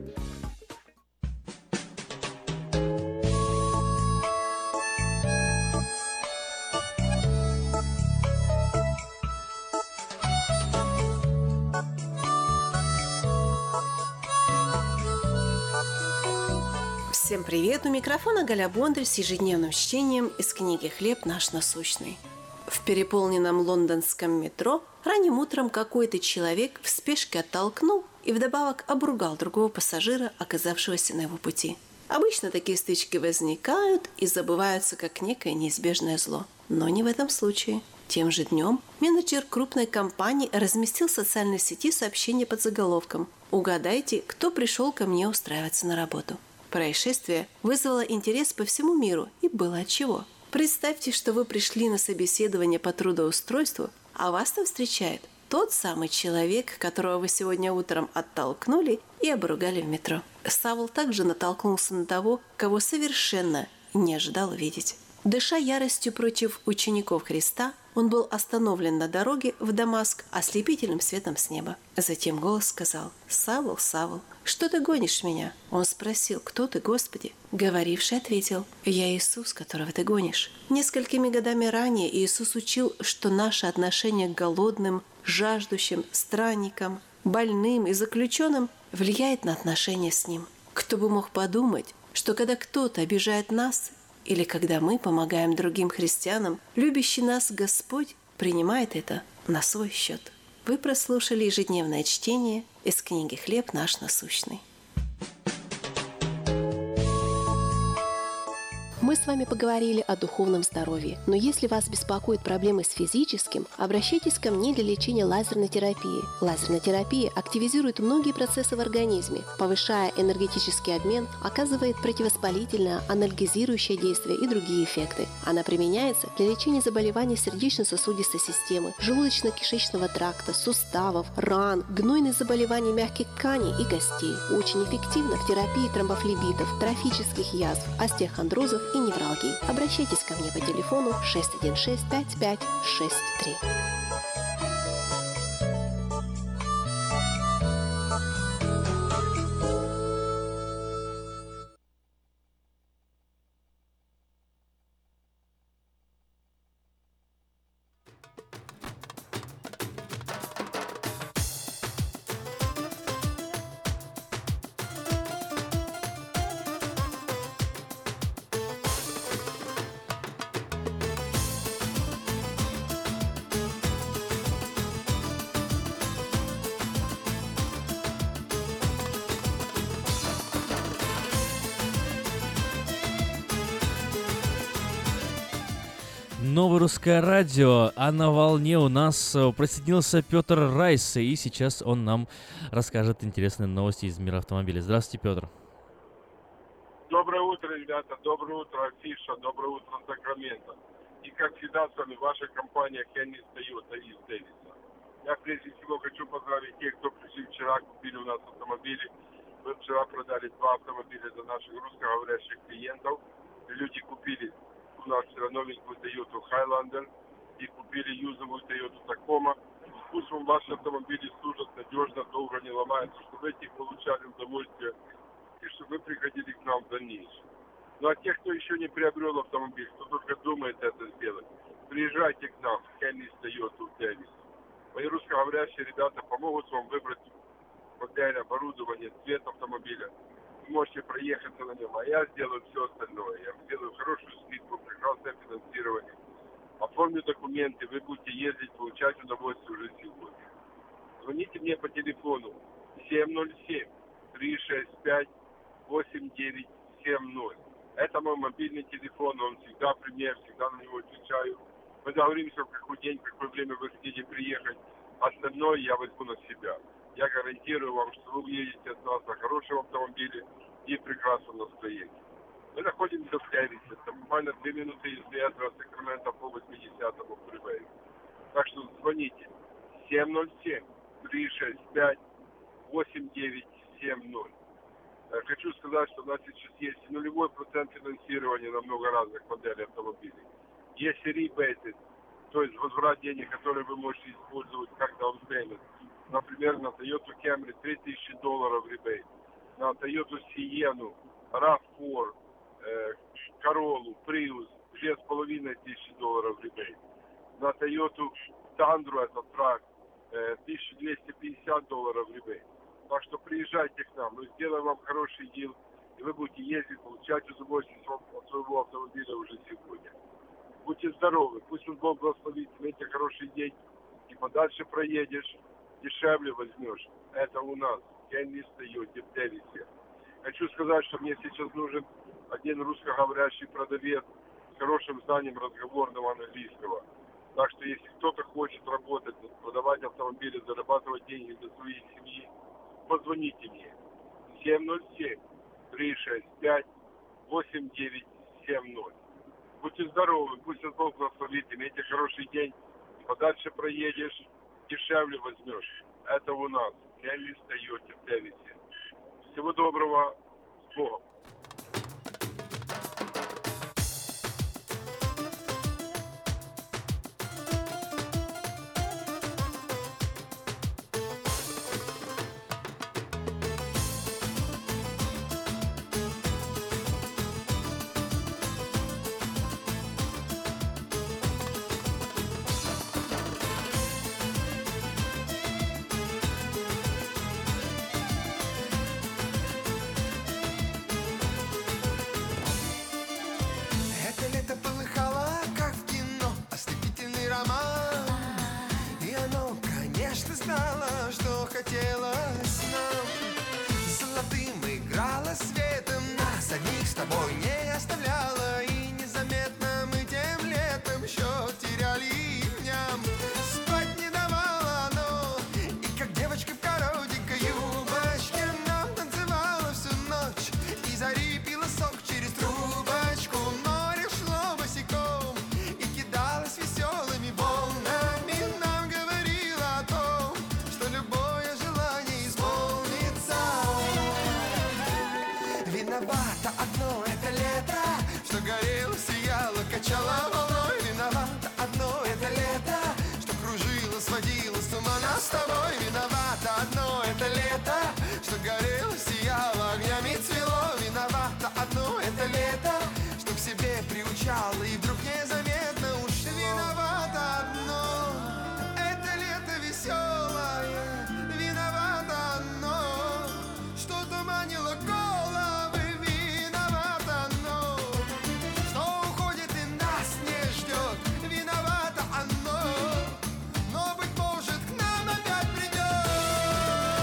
Всем привет! У микрофона Галя Бондарь с ежедневным чтением из книги «Хлеб наш насущный». В переполненном лондонском метро ранним утром какой-то человек в спешке оттолкнул и вдобавок обругал другого пассажира, оказавшегося на его пути. Обычно такие стычки возникают и забываются как некое неизбежное зло. Но не в этом случае. Тем же днем менеджер крупной компании разместил в социальной сети сообщение под заголовком «Угадайте, кто пришел ко мне устраиваться на работу». Происшествие вызвало интерес по всему миру, и было отчего. Представьте, что вы пришли на собеседование по трудоустройству, а вас там встречает тот самый человек, которого вы сегодня утром оттолкнули и обругали в метро. Савл также натолкнулся на того, кого совершенно не ожидал увидеть. Дыша яростью против учеников Христа, он был остановлен на дороге в Дамаск ослепительным светом с неба. Затем голос сказал: «Савл, Савл, что ты гонишь меня?» Он спросил: «Кто ты, Господи?» Говоривший ответил: «Я Иисус, которого ты гонишь». Несколькими годами ранее Иисус учил, что наше отношение к голодным, жаждущим, странникам, больным и заключенным влияет на отношения с Ним. Кто бы мог подумать, что когда кто-то обижает нас, или когда мы помогаем другим христианам, любящий нас Господь принимает это на свой счет. Вы прослушали ежедневное чтение из книги «Хлеб наш насущный». Мы с вами поговорили о духовном здоровье, но если вас беспокоят проблемы с физическим, обращайтесь ко мне для лечения лазерной терапии. Лазерная терапия активизирует многие процессы в организме, повышая энергетический обмен, оказывает противовоспалительное, анальгезирующее действие и другие эффекты. Она применяется для лечения заболеваний сердечно-сосудистой системы, желудочно-кишечного тракта, суставов, ран, гнойных заболеваний мягких тканей и костей. Очень эффективно в терапии тромбофлебитов, трофических язв, остеохондрозов и невралгии. Обращайтесь ко мне по телефону 616-5563. Новое русское радио, а на волне у нас присоединился Петр Райс, и сейчас он нам расскажет интересные новости из мира автомобилей. Здравствуйте, Петр. Доброе утро, ребята, доброе утро, Афиша, доброе утро, Сакраменто. И как всегда с вами ваша компания Хеннис Тойота из Дэвиса. Я прежде всего хочу поздравить тех, кто пришли вчера, купили у нас автомобили. Мы вчера продали 2 автомобиля для наших русскоговорящих клиентов. Люди купили у нас вчера новенькую Toyota Highlander и купили юзовую Toyota Tacoma. Пусть вам ваши автомобили служат надежно, долго не ломаются, чтобы эти получали удовольствие и чтобы вы приходили к нам в дальнейшем. Ну а тех, кто еще не приобрел автомобиль, кто только думает это сделать, приезжайте к нам в Хеннис Тойоту в Дэвис. Мои русскоговорящие ребята помогут вам выбрать модель, оборудование, цвет автомобиля. Вы можете проехаться на нем, а я сделаю все остальное. Я сделаю хорошую скидку, прекрасное финансирование. Оформлю документы, вы будете ездить, получать удовольствие уже сегодня. Звоните мне по телефону 707-365-8970. Это мой мобильный телефон, он всегда при мне, всегда на него отвечаю. Мы договоримся, в какой день, в какое время вы хотите приехать. Остальное я возьму на себя. Я гарантирую вам, что вы уедете от нас на хорошем автомобиле и в прекрасном настроении. Мы находимся в Дэвисе. Это буквально 2 минуты езды от Сакрамента по 80-му фривею. Так что звоните 707-365-8970. Хочу сказать, что у нас сейчас есть 0% финансирования на много разных моделей автомобилей. Есть ребейты, то есть возврат денег, которые вы можете использовать как down payment. Например, на Toyota Camry $3000 ребейт, на Toyota Sienna, RAV4, Corolla, Prius $2500 ребейт, на Toyota Tundra, это трак, $1250 ребейт. Так что приезжайте к нам, мы сделаем вам хороший дил, и вы будете ездить, получать удовольствие от своего автомобиля уже сегодня. Будьте здоровы, пусть Бог благословит, имейте хороший день, и подальше проедешь, дешевле возьмешь. Это у нас, Хеннис Тойота в Дэвисе. Хочу сказать, что мне сейчас нужен один русскоговорящий продавец с хорошим знанием разговорного английского. Так что если кто-то хочет работать, продавать автомобили, зарабатывать деньги для своей семьи, позвоните мне. 707-365-8970. Будьте здоровы, пусть Бог благословит, имейте хороший день, подальше проедешь, дешевле возьмешь. Это у нас, Хеннис Тойота в Дэвисе. Всего доброго, с Богом. хотелось нам. Золотым играла светом, нас одних с тобой не оставляла. И незаметно мы тем летом счет теряли дням. Спать не давало оно, и как девочка в коротенькой юбочке нам танцевала всю ночь. И зари пила сок через трубочку, море шло босиком и кидалось веселыми волнами. Нам говорила о том, что любое желание исполнится. Виновато одно это лето, что горело, сияло, качало волной. Виновато одно это лето, что кружило, сводило с ума нас с тобой. Виновато одно это лето, что горело, сияло, огнями цвело. Виновато одно это лето, что к себе приучало и вдруг незаметно ушло. Виновато одно это лето веселое. Виновато одно, что туманило головы. Виновато одно, что уходит и нас не ждет. Виновато одно, но быть может к нам опять придет.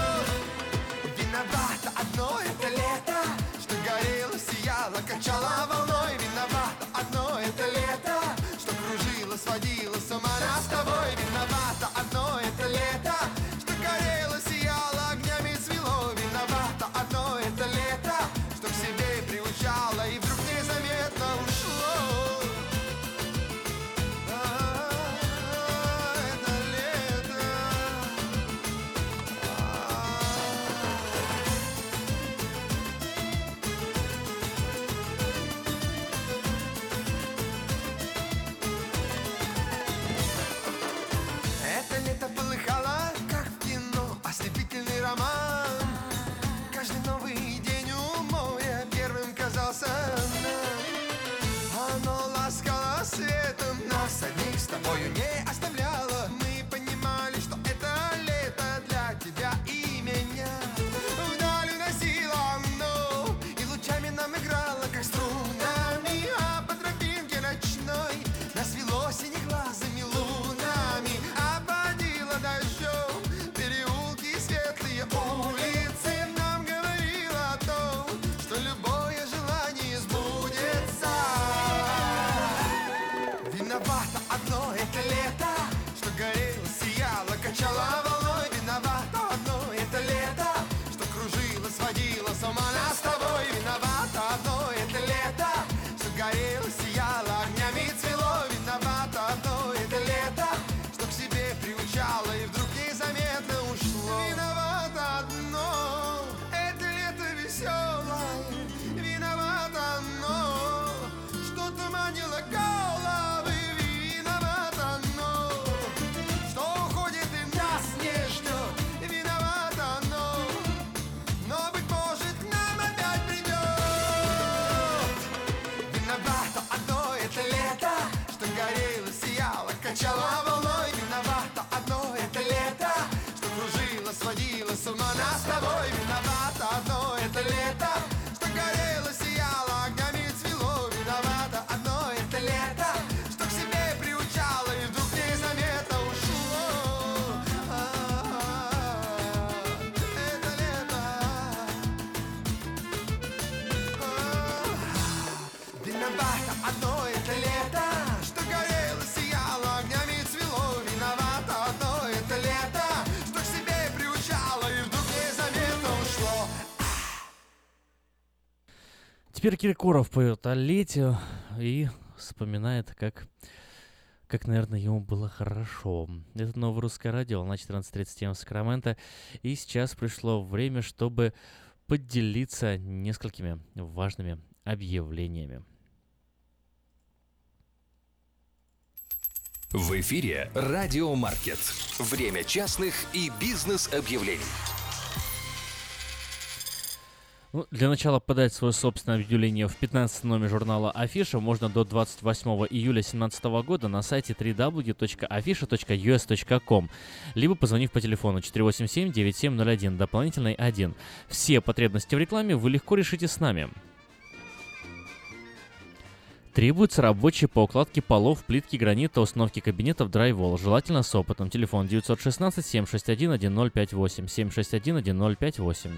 Теперь Киркоров поет о лете и вспоминает, как, наверное, ему было хорошо. Это новое русское радио, на 14:30 в Сакраменто. И сейчас пришло время, чтобы поделиться несколькими важными объявлениями. В эфире «Радио Маркет». Время частных и бизнес-объявлений. Для начала подать свое собственное объявление в 15 номер журнала «Афиша» можно до 28 июля 2017 года на сайте www.afisha.us.com, либо позвонив по телефону 487-9701, дополнительный 1. Все потребности в рекламе вы легко решите с нами. Требуется рабочий по укладке полов, плитки гранита, установке кабинетов драйвол, желательно с опытом. Телефон 916-761-1058, 761-1058.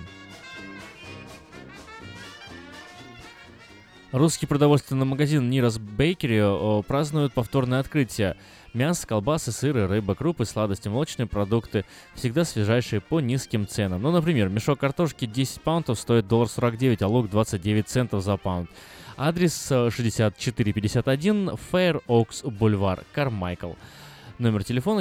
Русский продовольственный магазин Нирас Бейкери празднует повторное открытие. Мясо, колбасы, сыры, рыба, крупы, сладости, молочные продукты всегда свежайшие по низким ценам. Ну, например, мешок картошки 10 паунтов стоит $1.49, а лук 29 центов за паунд. Адрес 6451 Fair Oaks Boulevard, Кармайкл. Номер телефона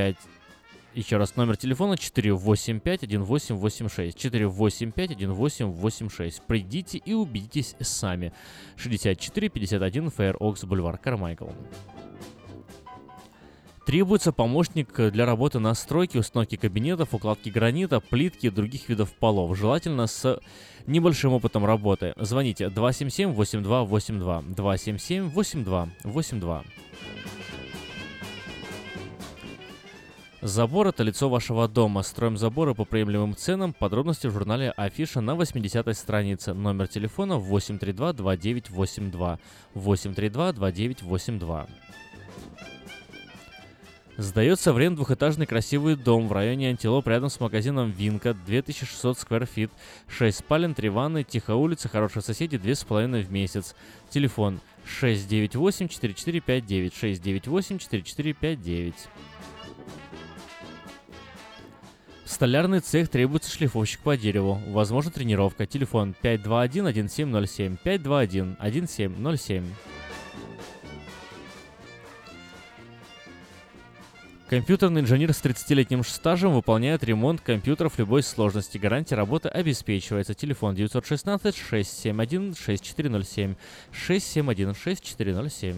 485-1886. 485-1886. Придите и убедитесь сами. 6451 Fair Oaks Boulevard, Кармайкл. Требуется помощник для работы на стройке, установки кабинетов, укладки гранита, плитки и других видов полов. Желательно с небольшим опытом работы. Звоните 277-8282. 277-8282. Забор – это лицо вашего дома. Строим заборы по приемлемым ценам. Подробности в журнале «Афиша» на 80-й странице. Номер телефона 832-2982. 832-2982. Сдается в аренду двухэтажный красивый дом в районе Антилоп рядом с магазином Винка, 2600 сквер-фит, 6 спален, 3 ванны, тихая улица, хорошие соседи, 2,5 в месяц. Телефон 698-4459, 698-4459. В столярный цех требуется шлифовщик по дереву. Возможно, тренировка. Телефон 521-1707, 521-1707. Компьютерный инженер с 30-летним стажем выполняет ремонт компьютеров любой сложности. Гарантия работы обеспечивается. Телефон 916-671-6407, 671-6407.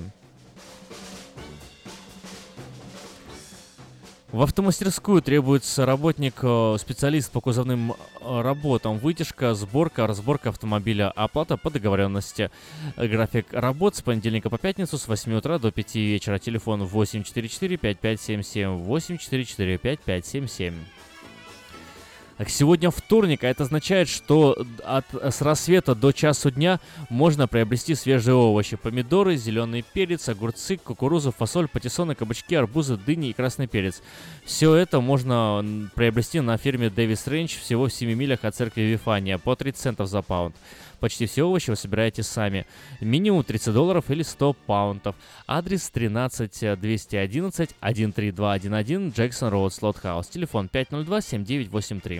В автомастерскую требуется работник-специалист по кузовным работам. Вытяжка, сборка, разборка автомобиля, оплата по договоренности. График работ с понедельника по пятницу с 8 утра до 5 вечера. Телефон 844-5577, 844-5577. Сегодня вторник, а это означает, что с рассвета до часу дня можно приобрести свежие овощи. Помидоры, зеленый перец, огурцы, кукурузу, фасоль, патиссоны, кабачки, арбузы, дыни и красный перец. Все это можно приобрести на ферме Дэвис Рэнч всего в 7 милях от церкви Вифания по 30 центов за паунд. Почти все овощи вы собираете сами. Минимум $30 или 100 паунтов. Адрес 13211 13211 Джексон Роуд, Слот-хаус. Телефон 502-7983.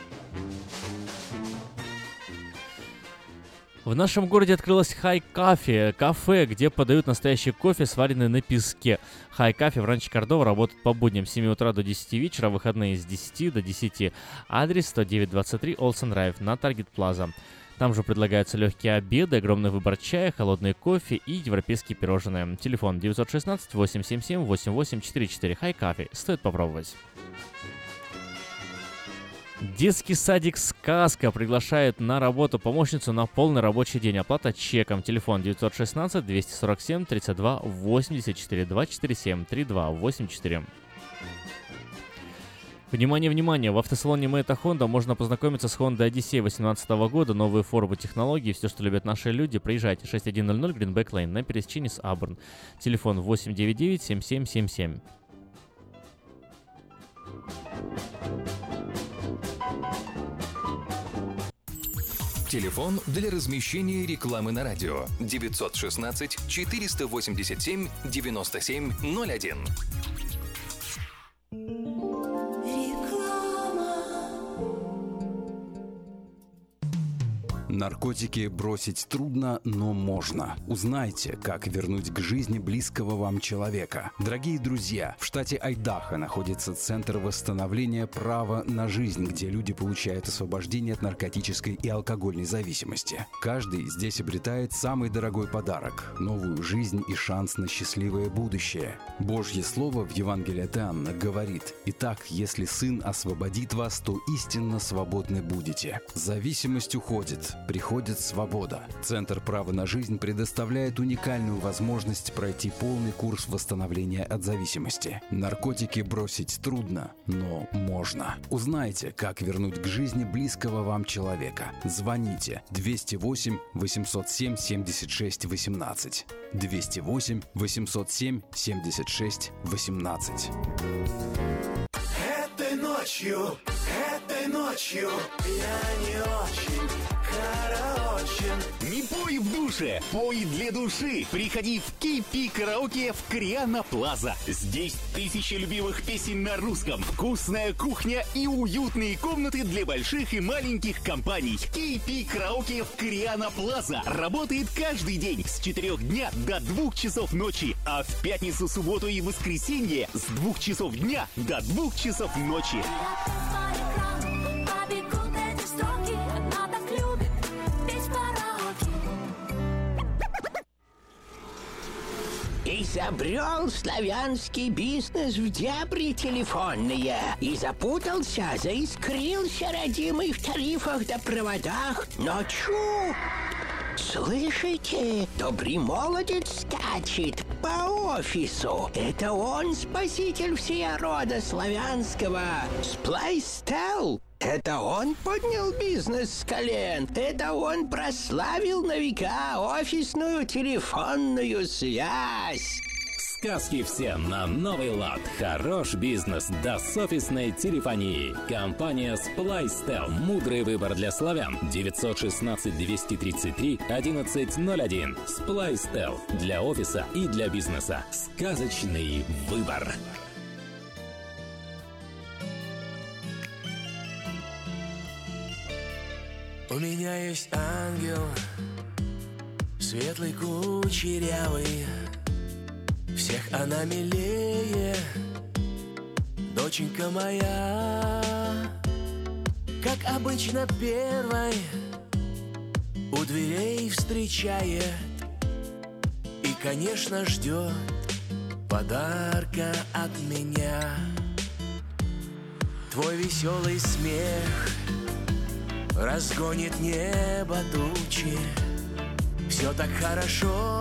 В нашем городе открылось High Coffee, кафе, где подают настоящий кофе, сваренный на песке. High Coffee в Ранчо Кордова работает по будням с 7 утра до 10 вечера, выходные с 10 до 10. Адрес 10923 Олсен Драйв на Таргет Плаза. Там же предлагаются легкие обеды, огромный выбор чая, холодный кофе и европейские пирожные. Телефон 916-877-8844. High Coffee. Стоит попробовать. Детский садик «Сказка» приглашает на работу помощницу на полный рабочий день. Оплата чеком. Телефон 916-247-32-84, 247-32-84. Внимание, внимание! В автосалоне Мэйта Honda можно познакомиться с Honda Odyssey 2018 года, новые формы, технологии, все, что любят наши люди. Приезжайте, 6100 Greenback Lane на пересечении с Абурн. Телефон 899-7777. Телефон для размещения рекламы на радио 916 487 9701. Наркотики бросить трудно, но можно. Узнайте, как вернуть к жизни близкого вам человека. Дорогие друзья, в штате Айдахо находится Центр восстановления права на жизнь, где люди получают освобождение от наркотической и алкогольной зависимости. Каждый здесь обретает самый дорогой подарок – новую жизнь и шанс на счастливое будущее. Божье Слово в Евангелии от Иоанна говорит: «Итак, если Сын освободит вас, то истинно свободны будете». Зависимость уходит, приходит свобода. Центр права на жизнь предоставляет уникальную возможность пройти полный курс восстановления от зависимости. Наркотики бросить трудно, но можно. Узнайте, как вернуть к жизни близкого вам человека. Звоните 208 807 76 18. 208 807 76 18. Этой ночью я не очень караочен. Не пой в душе, пой для души. Приходи в KP Караоке в Криана Плаза. Здесь тысячи любимых песен на русском, вкусная кухня и уютные комнаты для больших и маленьких компаний. KP Караоке в Криана Плаза работает каждый день с 4 дня до 2 часов ночи, а в пятницу, субботу и воскресенье с 2 часов дня до 2 часов ночи. Изобрел славянский бизнес в дебри телефонные и запутался, заискрился родимый в тарифах да проводах. Но чу! Слышите? Добрый молодец скачет по офису. Это он спаситель всея рода славянского. Сплайстел. Это он поднял бизнес с колен. Это он прославил на века офисную телефонную связь. Сказки все на новый лад. Хорош бизнес да с офисной телефонии. Компания Splystel. Мудрый выбор для славян. 916-233-1101. Splystel. Для офиса и для бизнеса. Сказочный выбор. У меня есть ангел, светлый, кучерявый. Всех она милее, доченька моя. Как обычно первой у дверей встречает и, конечно, ждет подарка от меня. Твой веселый смех разгонит небо тучи. Все так хорошо,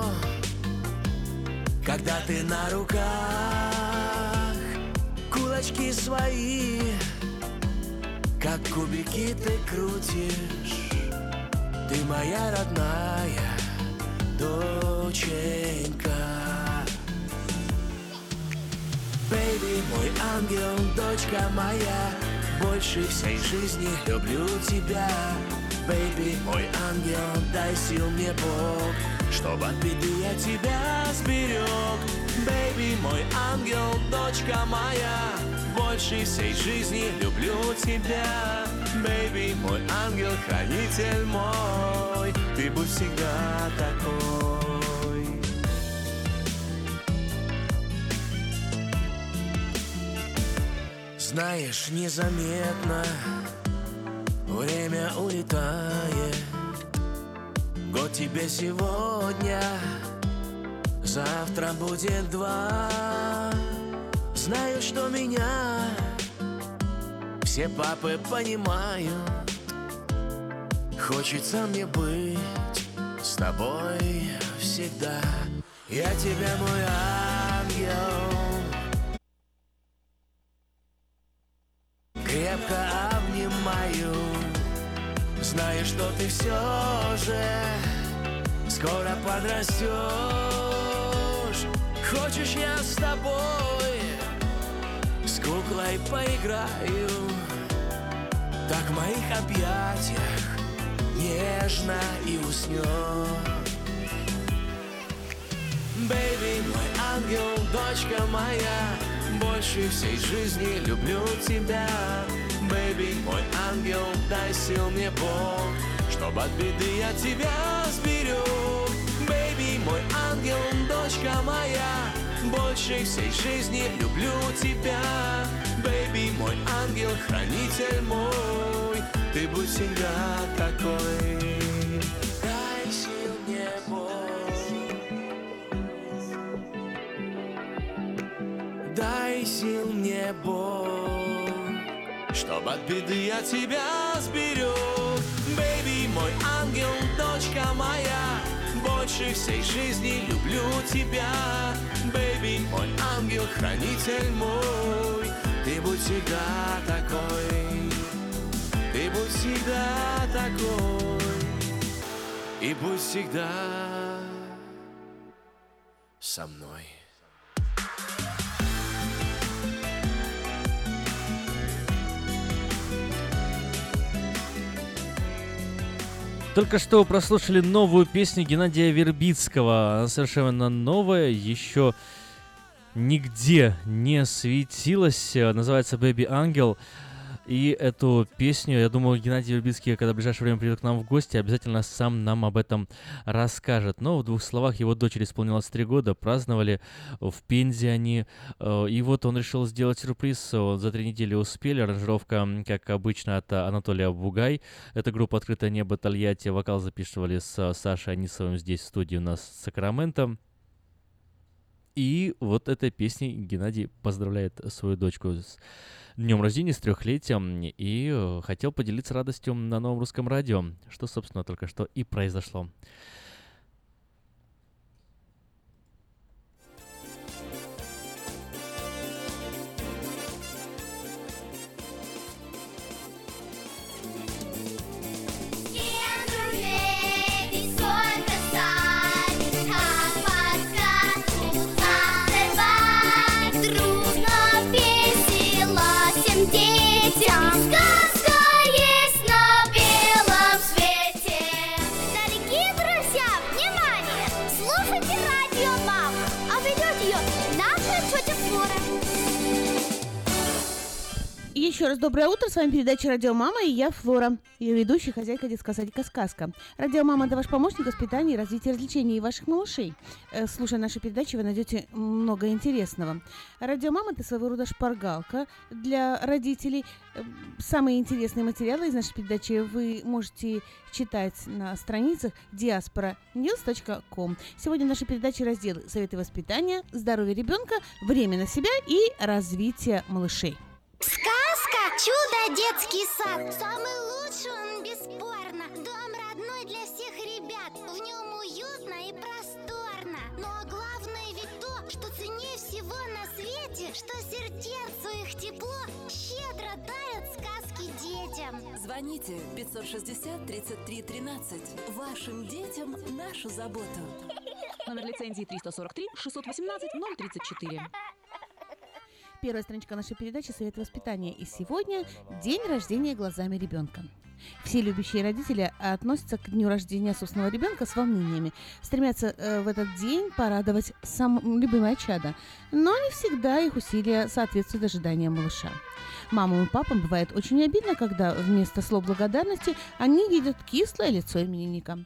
когда ты на руках. Кулачки свои, как кубики, ты крутишь. Ты моя родная доченька. Бэйби, мой ангел, дочка моя, больше всей жизни люблю тебя. Бэйби, мой ангел, дай сил мне Бог, чтобы от беды я тебя сберег. Бэйби, мой ангел, дочка моя, больше всей жизни люблю тебя. Бэйби, мой ангел, хранитель мой, ты будь всегда такой. Знаешь, незаметно время улетает. Год тебе сегодня, завтра будет 2. Знаю, что меня все папы понимают. Хочется мне быть с тобой всегда. Я тебя, мой ангел, крепко обнимаю. Знаю, что ты все же скоро подрастешь. Хочешь, я с тобой с куклой поиграю. Так в моих объятиях нежно и уснешь. Бэйби, мой ангел, дочка моя, больше всей жизни люблю тебя. Бэйби, мой ангел, дай сил мне Бог, чтоб от беды я тебя сберег. Бэйби, мой ангел, дочка моя, больше всей жизни люблю тебя. Бэйби, мой ангел, хранитель мой, ты будь всегда такой. Дай сил мне, Бог, дай сил мне, Бог, чтоб от беды я тебя сберег. Бэйби, мой ангел, дочка моя, больше всей жизни люблю тебя. Бэйби, мой ангел, хранитель мой, ты будь всегда такой. Ты будь всегда такой. И будь всегда со мной. Только что прослушали новую песню Геннадия Вербицкого. Она совершенно новая, еще нигде не светилась. Называется «Baby Angel». И эту песню, я думаю, Геннадий Вербицкий, когда в ближайшее время придет к нам в гости, обязательно сам нам об этом расскажет. Но в двух словах, его дочери исполнилось 3 года, праздновали в Пензе они. И вот он решил сделать сюрприз. За 3 недели успели. Аранжировка, как обычно, от Анатолия Бугай. Это группа «Открытое небо» Тольятти. Вокал записывали с Сашей Анисовым здесь в студии у нас в Сакраменто. И вот этой песней Геннадий поздравляет свою дочку с днем рождения, с 3-летием, и хотел поделиться радостью на Новом Русском Радио, что, собственно, только что и произошло. Детям сказка есть на белом свете. Дорогие друзья, внимание! Слушайте радио «Мама», а ведет ее наша тетя Флора. Еще раз доброе утро, с вами передача «Радио Мама» и я, Флора, ее ведущая, хозяйка детского садика «Сказка». «Радио Мама» — это ваш помощник в воспитании и развитии развлечений ваших малышей. Слушая наши передачи, вы найдете много интересного. «Радио Мама» — это своего рода шпаргалка для родителей. Самые интересные материалы из нашей передачи вы можете читать на страницах diasporanews.com. Сегодня в нашей передаче разделы «Советы воспитания», «Здоровье ребенка», «Время на себя» и «Развитие малышей». Сказка «Чудо детский сад». Самый лучший он, бесспорно. Дом родной для всех ребят. В нем уютно и просторно. Но главное ведь то, что ценнее всего на свете, что сердцу их тепло щедро дарят сказки детям. Звоните 560-33-13. Вашим детям нашу заботу. Номер лицензии 343-618-034. Первая страничка нашей передачи «Совет воспитания». И сегодня день рождения глазами ребенка. Все любящие родители относятся к дню рождения собственного ребенка с волнениями, стремятся в этот день порадовать любимое чадо, но не всегда их усилия соответствуют ожиданиям малыша. Мамам и папам бывает очень обидно, когда вместо слов благодарности они видят кислое лицо именинника.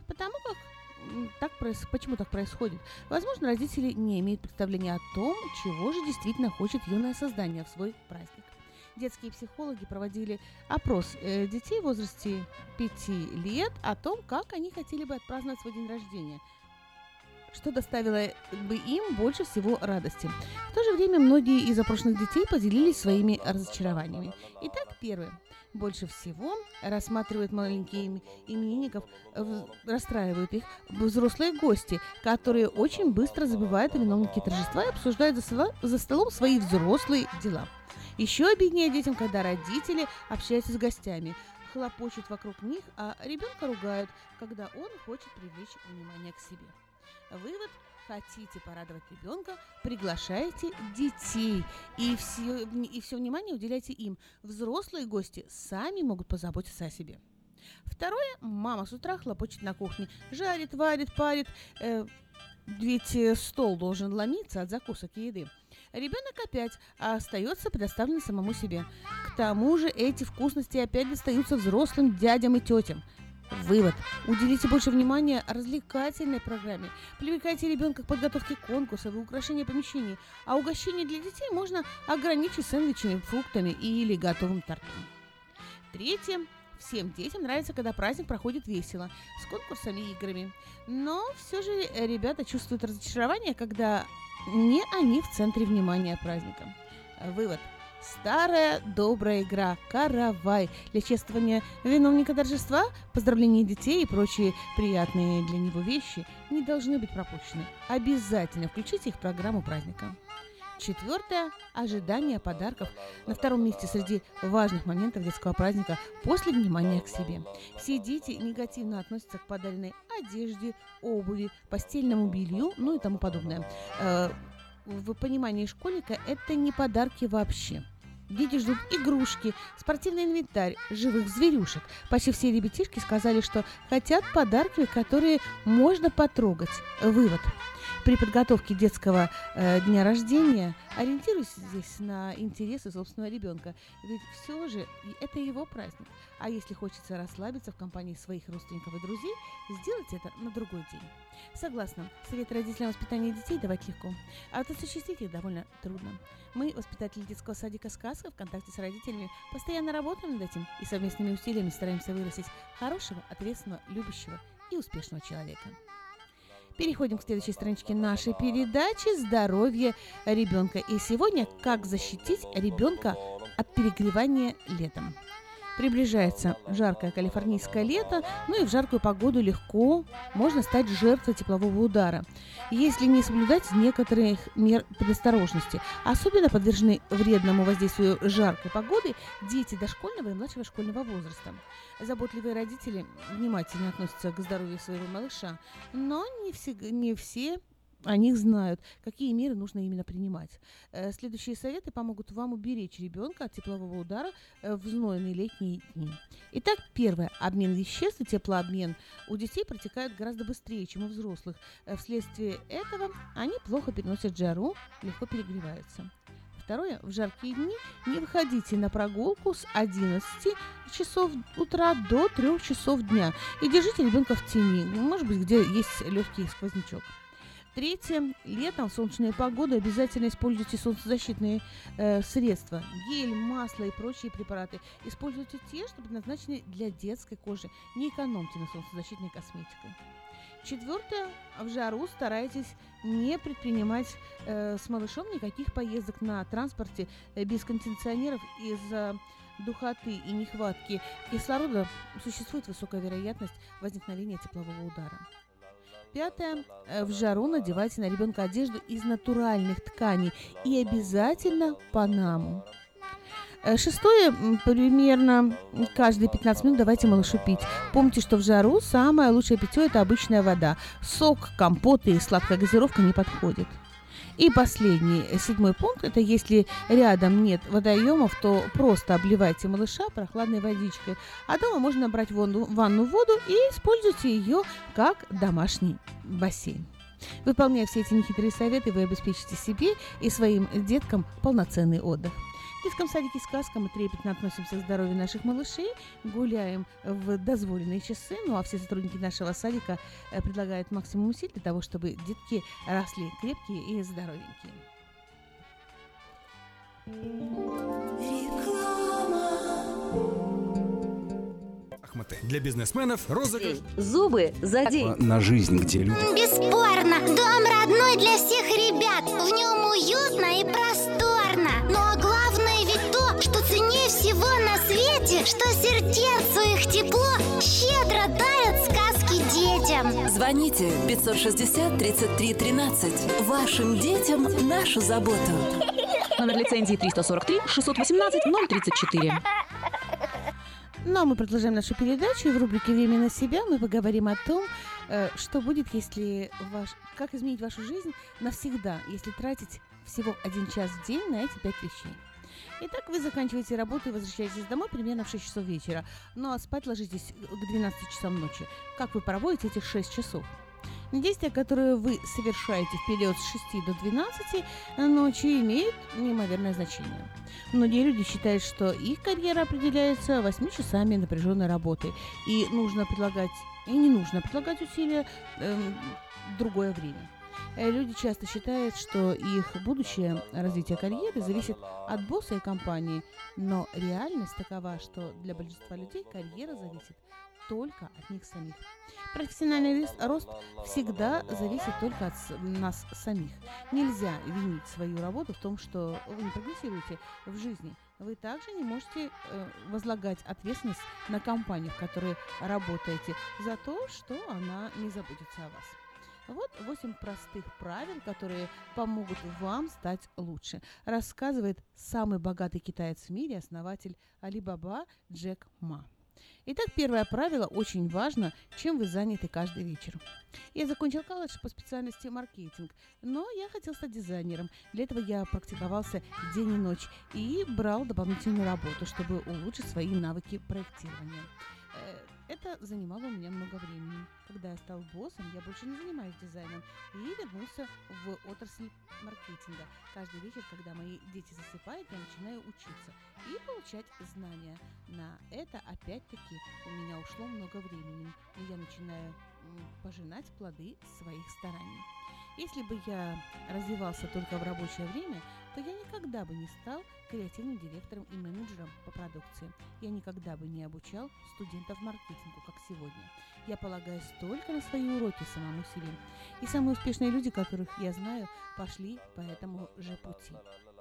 Почему так происходит? Возможно, родители не имеют представления о том, чего же действительно хочет юное создание в свой праздник. Детские психологи проводили опрос детей в возрасте 5 лет о том, как они хотели бы отпраздновать свой день рождения, что доставило бы им больше всего радости. В то же время многие из опрошенных детей поделились своими разочарованиями. Итак, первое. Больше всего рассматривают маленьких именинников, расстраивают их взрослые гости, которые очень быстро забывают о виновнике торжества и обсуждают за столом свои взрослые дела. Еще обиднее детям, когда родители общаются с гостями, хлопочут вокруг них, а ребенка ругают, когда он хочет привлечь внимание к себе. Вывод: хотите порадовать ребенка, приглашайте детей и все внимание уделяйте им. Взрослые гости сами могут позаботиться о себе. Второе. Мама с утра хлопочет на кухне, жарит, варит, парит, ведь стол должен ломиться от закусок и еды. Ребенок опять остается предоставлен самому себе. К тому же эти вкусности опять достаются взрослым дядям и тетям. Вывод. Уделите больше внимания развлекательной программе. Привлекайте ребенка к подготовке конкурсов и украшению помещений. А угощение для детей можно ограничить сэндвичами, фруктами или готовым тортом. Третье. Всем детям нравится, когда праздник проходит весело, с конкурсами и играми. Но все же ребята чувствуют разочарование, когда не они в центре внимания праздника. Вывод. Старая добрая игра «Каравай» для чествования виновника торжества, поздравления детей и прочие приятные для него вещи не должны быть пропущены. Обязательно включите их в программу праздника. Четвертое. Ожидание подарков на втором месте среди важных моментов детского праздника после внимания к себе. Все дети негативно относятся к подаренной одежде, обуви, постельному белью, ну и тому подобное. В понимании школьника это не подарки вообще. Дети ждут игрушки, спортивный инвентарь, живых зверюшек. Почти все ребятишки сказали, что хотят подарки, которые можно потрогать. Вывод. При подготовке детского дня рождения ориентируйтесь здесь на интересы собственного ребенка, ведь все же это его праздник. А если хочется расслабиться в компании своих родственников и друзей, сделайте это на другой день. Согласна, совет родителям воспитания детей давать легко, а вот осуществить их довольно трудно. Мы, воспитатели детского садика «Сказка», в контакте с родителями, постоянно работаем над этим и совместными усилиями стараемся вырастить хорошего, ответственного, любящего и успешного человека. Переходим к следующей страничке нашей передачи «Здоровье ребенка». И сегодня «Как защитить ребенка от перегревания летом». Приближается жаркое калифорнийское лето, ну и в жаркую погоду легко можно стать жертвой теплового удара, если не соблюдать некоторых мер предосторожности. Особенно подвержены вредному воздействию жаркой погоды дети дошкольного и младшего школьного возраста. Заботливые родители внимательно относятся к здоровью своего малыша, но не все о них знают, какие меры нужно именно принимать. Следующие советы помогут вам уберечь ребенка от теплового удара в знойные летние дни. Итак, первое. Обмен веществ и теплообмен у детей протекает гораздо быстрее, чем у взрослых. Вследствие этого они плохо переносят жару, легко перегреваются. Второе. В жаркие дни не выходите на прогулку с 11 часов утра до 3 часов дня и держите ребенка в тени, может быть, где есть легкий сквознячок. Третье. Летом в солнечную погоду обязательно используйте солнцезащитные средства. Гель, масло и прочие препараты. Используйте те, что предназначены для детской кожи. Не экономьте на солнцезащитной косметике. Четвертое. В жару старайтесь не предпринимать с малышом никаких поездок на транспорте без кондиционеров из-за духоты и нехватки кислорода. Существует высокая вероятность возникновения теплового удара. Пятое. В жару надевайте на ребенка одежду из натуральных тканей и обязательно панаму. Шестое. Примерно каждые 15 минут давайте малышу пить. Помните, что в жару самое лучшее питье – это обычная вода. Сок, компоты и сладкая газировка не подходят. И последний, 7 пункт, это если рядом нет водоемов, то просто обливайте малыша прохладной водичкой. А дома можно набрать ванну воду и используйте ее как домашний бассейн. Выполняя все эти нехитрые советы, вы обеспечите себе и своим деткам полноценный отдых. В детском садике «Сказка» мы трепетно относимся к здоровью наших малышей, гуляем в дозволенные часы, ну а все сотрудники нашего садика предлагают максимум усилий для того, чтобы детки росли крепкие и здоровенькие. Для бизнесменов розыгрыш. Зубы за день. На жизнь, где люди. Бесспорно, дом родной для всех ребят. В нем уютно и просторно. Но главное ведь то, что ценнее всего на свете, что сердцу их тепло щедро дарят сказки детям. Звоните 560-33-13. Вашим детям нашу заботу. Номер лицензии 343-618-034. Ну, а мы продолжаем нашу передачу, и в рубрике «Время на себя» мы поговорим о том, что будет, если как изменить вашу жизнь навсегда, если тратить всего 1 час в день на эти 5 вещей. Итак, вы заканчиваете работу и возвращаетесь домой примерно в 6 часов вечера, ну а спать ложитесь к 12 часам ночи. Как вы проводите эти 6 часов? Действия, которые вы совершаете в период с 6 до 12 ночи, имеют неимоверное значение. Многие люди считают, что их карьера определяется 8 часами напряженной работы, и не нужно предлагать усилия в другое время. Люди часто считают, что их будущее развитие карьеры зависит от босса и компании, но реальность такова, что для большинства людей карьера зависит только от них самих. Профессиональный рост всегда зависит только от нас самих. Нельзя винить свою работу в том, что вы не прогрессируете в жизни. Вы также не можете возлагать ответственность на компанию, в которой работаете, за то, что она не заботится о вас. Вот 8 простых правил, которые помогут вам стать лучше, рассказывает самый богатый китаец в мире, основатель Alibaba Джек Ма. Итак, первое правило: очень важно, чем вы заняты каждый вечер. Я закончил колледж по специальности маркетинг, но я хотел стать дизайнером. Для этого я практиковался день и ночь и брал дополнительную работу, чтобы улучшить свои навыки проектирования. Это занимало у меня много времени. Когда я стал боссом, я больше не занимаюсь дизайном и вернулся в отрасль маркетинга. Каждый вечер, когда мои дети засыпают, я начинаю учиться и получать знания. На это, опять-таки, у меня ушло много времени, и я начинаю пожинать плоды своих стараний. Если бы я развивался только в рабочее время, то я никогда бы не стал креативным директором и менеджером по продукции. Я никогда бы не обучал студентов маркетингу, как сегодня. Я полагаюсь только на свои уроки самому себе. И самые успешные люди, которых я знаю, пошли по этому же пути.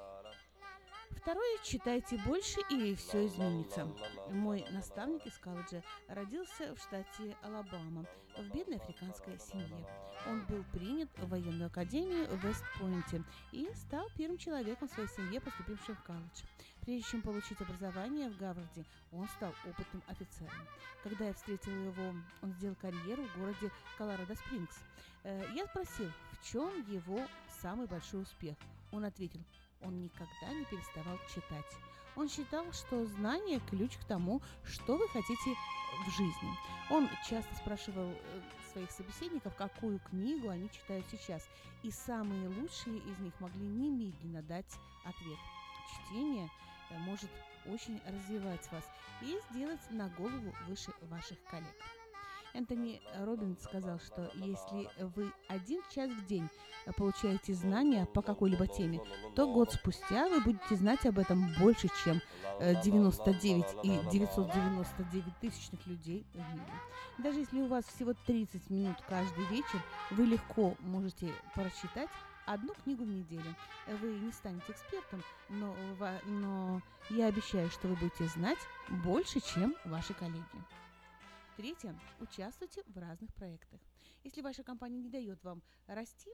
Второе: читайте больше, и все изменится. Мой наставник из колледжа родился в штате Алабама, в бедной африканской семье. Он был принят в военную академию в Вест-Пойнте и стал первым человеком в своей семье, поступившим в колледж. Прежде чем получить образование в Гарварде, он стал опытным офицером. Когда я встретил его, он сделал карьеру в городе Колорадо-Спрингс. Я спросил, в чем его самый большой успех. Он ответил: он никогда не переставал читать. Он считал, что знание – ключ к тому, что вы хотите в жизни. Он часто спрашивал своих собеседников, какую книгу они читают сейчас, и самые лучшие из них могли немедленно дать ответ. Чтение может очень развивать вас и сделать на голову выше ваших коллег. Энтони Роббинс сказал, что если вы 1 час в день получаете знания по какой-либо теме, то год спустя вы будете знать об этом больше, чем 99,999 людей в мире. Даже если у вас всего 30 минут каждый вечер, вы легко можете прочитать одну книгу в неделю. Вы не станете экспертом, но я обещаю, что вы будете знать больше, чем ваши коллеги. Третье. Участвуйте в разных проектах. Если ваша компания не дает вам расти,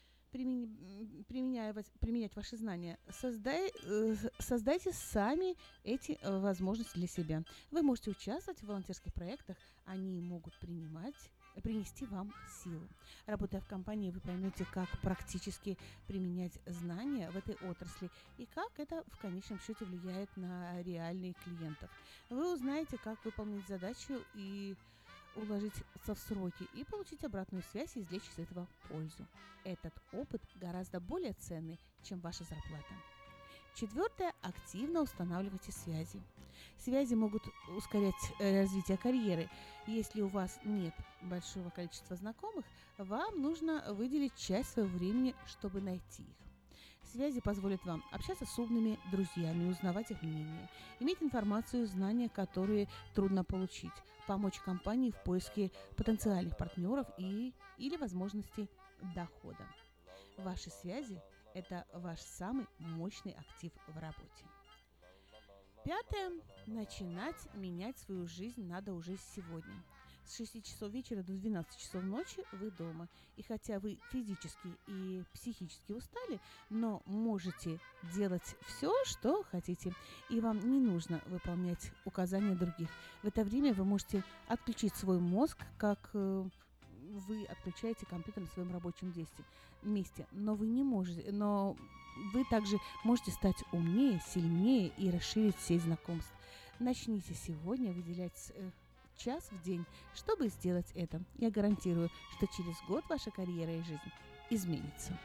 применять ваши знания, создайте сами эти возможности для себя. Вы можете участвовать в волонтерских проектах, они могут принести вам силу. Работая в компании, вы поймете, как практически применять знания в этой отрасли и как это в конечном счете влияет на реальных клиентов. Вы узнаете, как выполнить задачу и уложиться в сроки, и получить обратную связь и извлечь из этого пользу. Этот опыт гораздо более ценный, чем ваша зарплата. Четвертое. Активно устанавливайте связи. Связи могут ускорять развитие карьеры. Если у вас нет большого количества знакомых, вам нужно выделить часть своего времени, чтобы найти их. Связи позволят вам общаться с умными друзьями, узнавать их мнение, иметь информацию и знания, которые трудно получить, помочь компании в поиске потенциальных партнеров или возможностей дохода. Ваши связи – это ваш самый мощный актив в работе. Пятое. Начинать менять свою жизнь надо уже сегодня. С 6 часов вечера до 12 часов ночи вы дома. И хотя вы физически и психически устали, но можете делать все, что хотите. И вам не нужно выполнять указания других. В это время вы можете отключить свой мозг, как вы отключаете компьютер на своем рабочем месте. Но вы также можете стать умнее, сильнее и расширить сеть знакомств. Начните сегодня выделять час в день, чтобы сделать это. Я гарантирую, что через год ваша карьера и жизнь изменится.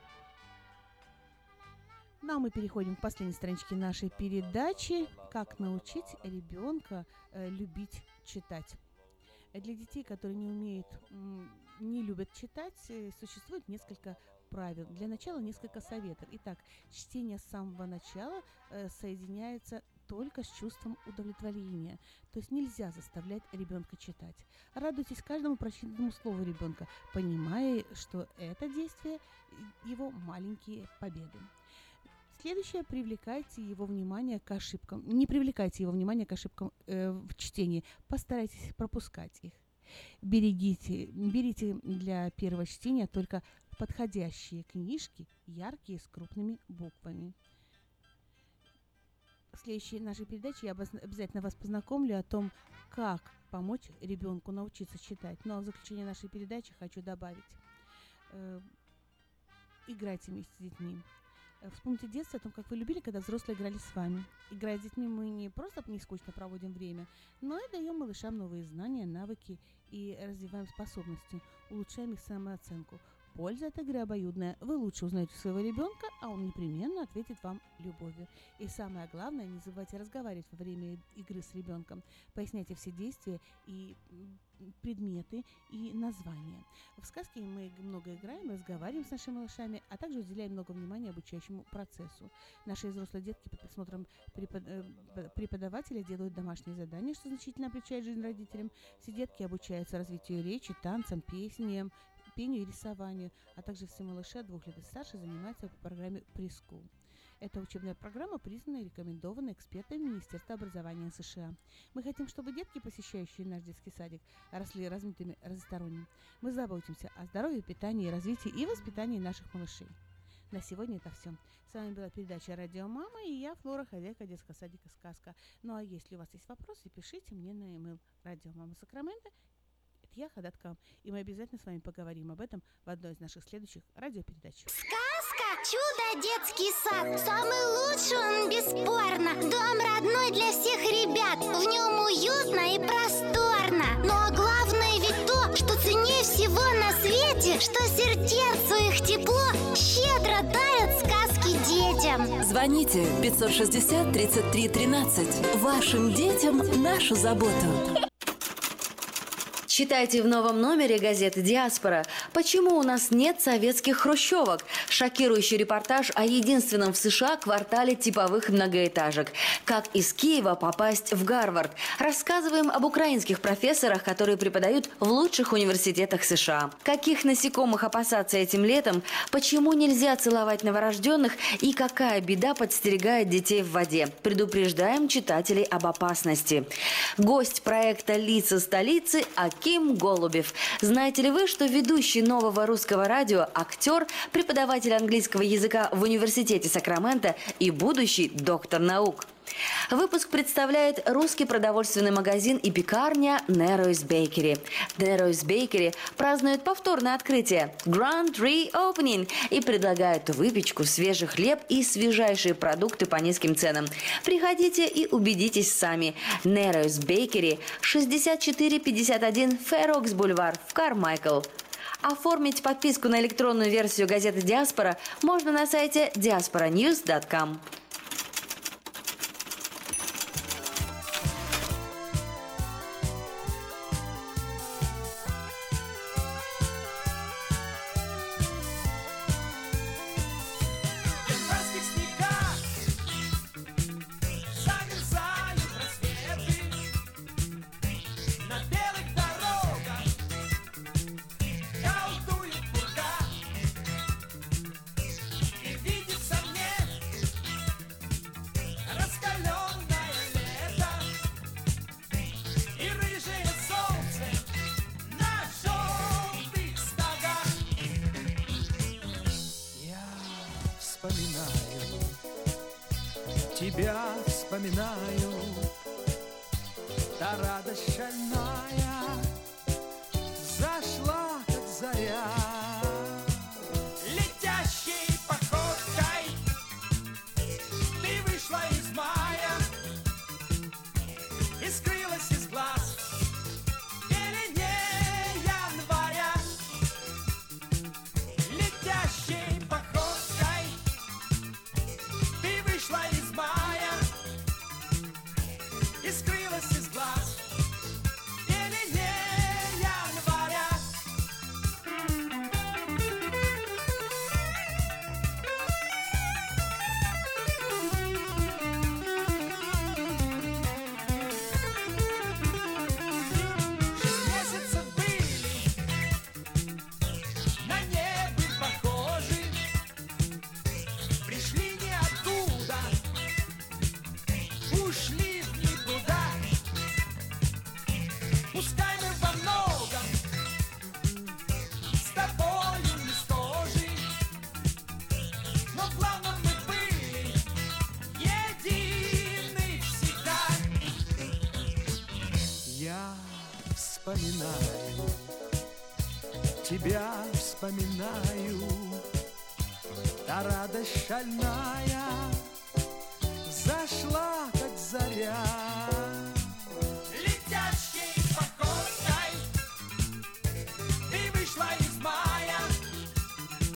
Ну а мы переходим к последней страничке нашей передачи «Как научить ребенка любить читать». Для детей, которые не любят читать, существует несколько правил. Для начала несколько советов. Итак, чтение с самого начала соединяется только с чувством удовлетворения. То есть нельзя заставлять ребенка читать. Радуйтесь каждому прочитанному слову ребенка, понимая, что это действие его маленькие победы. Следующее, привлекайте его внимание к ошибкам. Не привлекайте его внимание к ошибкам в чтении. Постарайтесь пропускать их. Берите для первого чтения только подходящие книжки, яркие, с крупными буквами. В следующей нашей передаче я обязательно вас познакомлю о том, как помочь ребенку научиться читать. Но в заключение нашей передачи хочу добавить. Играйте вместе с детьми. Вспомните детство о том, как вы любили, когда взрослые играли с вами. Играя с детьми, мы не просто не скучно проводим время, но и даем малышам новые знания, навыки и развиваем способности, улучшаем их самооценку. Польза от игры обоюдная. Вы лучше узнаете своего ребенка, а он непременно ответит вам любовью. И самое главное, не забывайте разговаривать во время игры с ребенком. Поясняйте все действия и предметы и названия. В сказке мы много играем, разговариваем с нашими малышами, а также уделяем много внимания обучающему процессу. Наши взрослые детки под присмотром преподавателя делают домашние задания, что значительно облегчает жизнь родителям. Все детки обучаются развитию речи, танцам, пению и рисованию, а также все малыши от 2 лет и старше занимаются по программе Preschool. Эта учебная программа признана и рекомендована экспертами Министерства образования США. Мы хотим, чтобы детки, посещающие наш детский садик, росли размытыми, разносторонними. Мы заботимся о здоровье, питании, развитии и воспитании наших малышей. На сегодня это все. С вами была передача «Радио Мама» и я, Флора, хозяйка детского садика «Сказка». Ну а если у вас есть вопросы, пишите мне на e-mail radiomama.sacramento. Я Хадат Кам, и мы обязательно с вами поговорим об этом в одной из наших следующих радиопередач. Сказка «Чудо детский сад». Самый лучший он, бесспорно. Дом родной для всех ребят. В нем уютно и просторно. Но главное ведь то, что ценнее всего на свете, что сердцу их тепло щедро дарят сказки детям. Звоните 560 33 13. Вашим детям нашу заботу. Читайте в новом номере газеты «Диаспора». Почему у нас нет советских хрущевок? Шокирующий репортаж о единственном в США квартале типовых многоэтажек. Как из Киева попасть в Гарвард? Рассказываем об украинских профессорах, которые преподают в лучших университетах США. Каких насекомых опасаться этим летом? Почему нельзя целовать новорожденных? И какая беда подстерегает детей в воде? Предупреждаем читателей об опасности. Гость проекта «Лица столицы» Аким Голубев. Знаете ли вы, что ведущий Нового русского радио, актер, преподаватель английского языка в университете Сакраменто и будущий доктор наук? Выпуск представляет русский продовольственный магазин и пекарня Narrows Bakery. Narrows Bakery празднует повторное открытие Grand Reopening и предлагает выпечку, свежий хлеб и свежайшие продукты по низким ценам. Приходите и убедитесь сами. Narrows Bakery, 6451 Fair Oaks Boulevard в Кармайкл. Оформить подписку на электронную версию газеты «Диаспора» можно на сайте diasporanews.com. Тебя вспоминаю, та радость шальная зашла, как заря. Летящей походкой ты вышла из мая и скрылась из глаз тебя вспоминаю. Та радость шальная,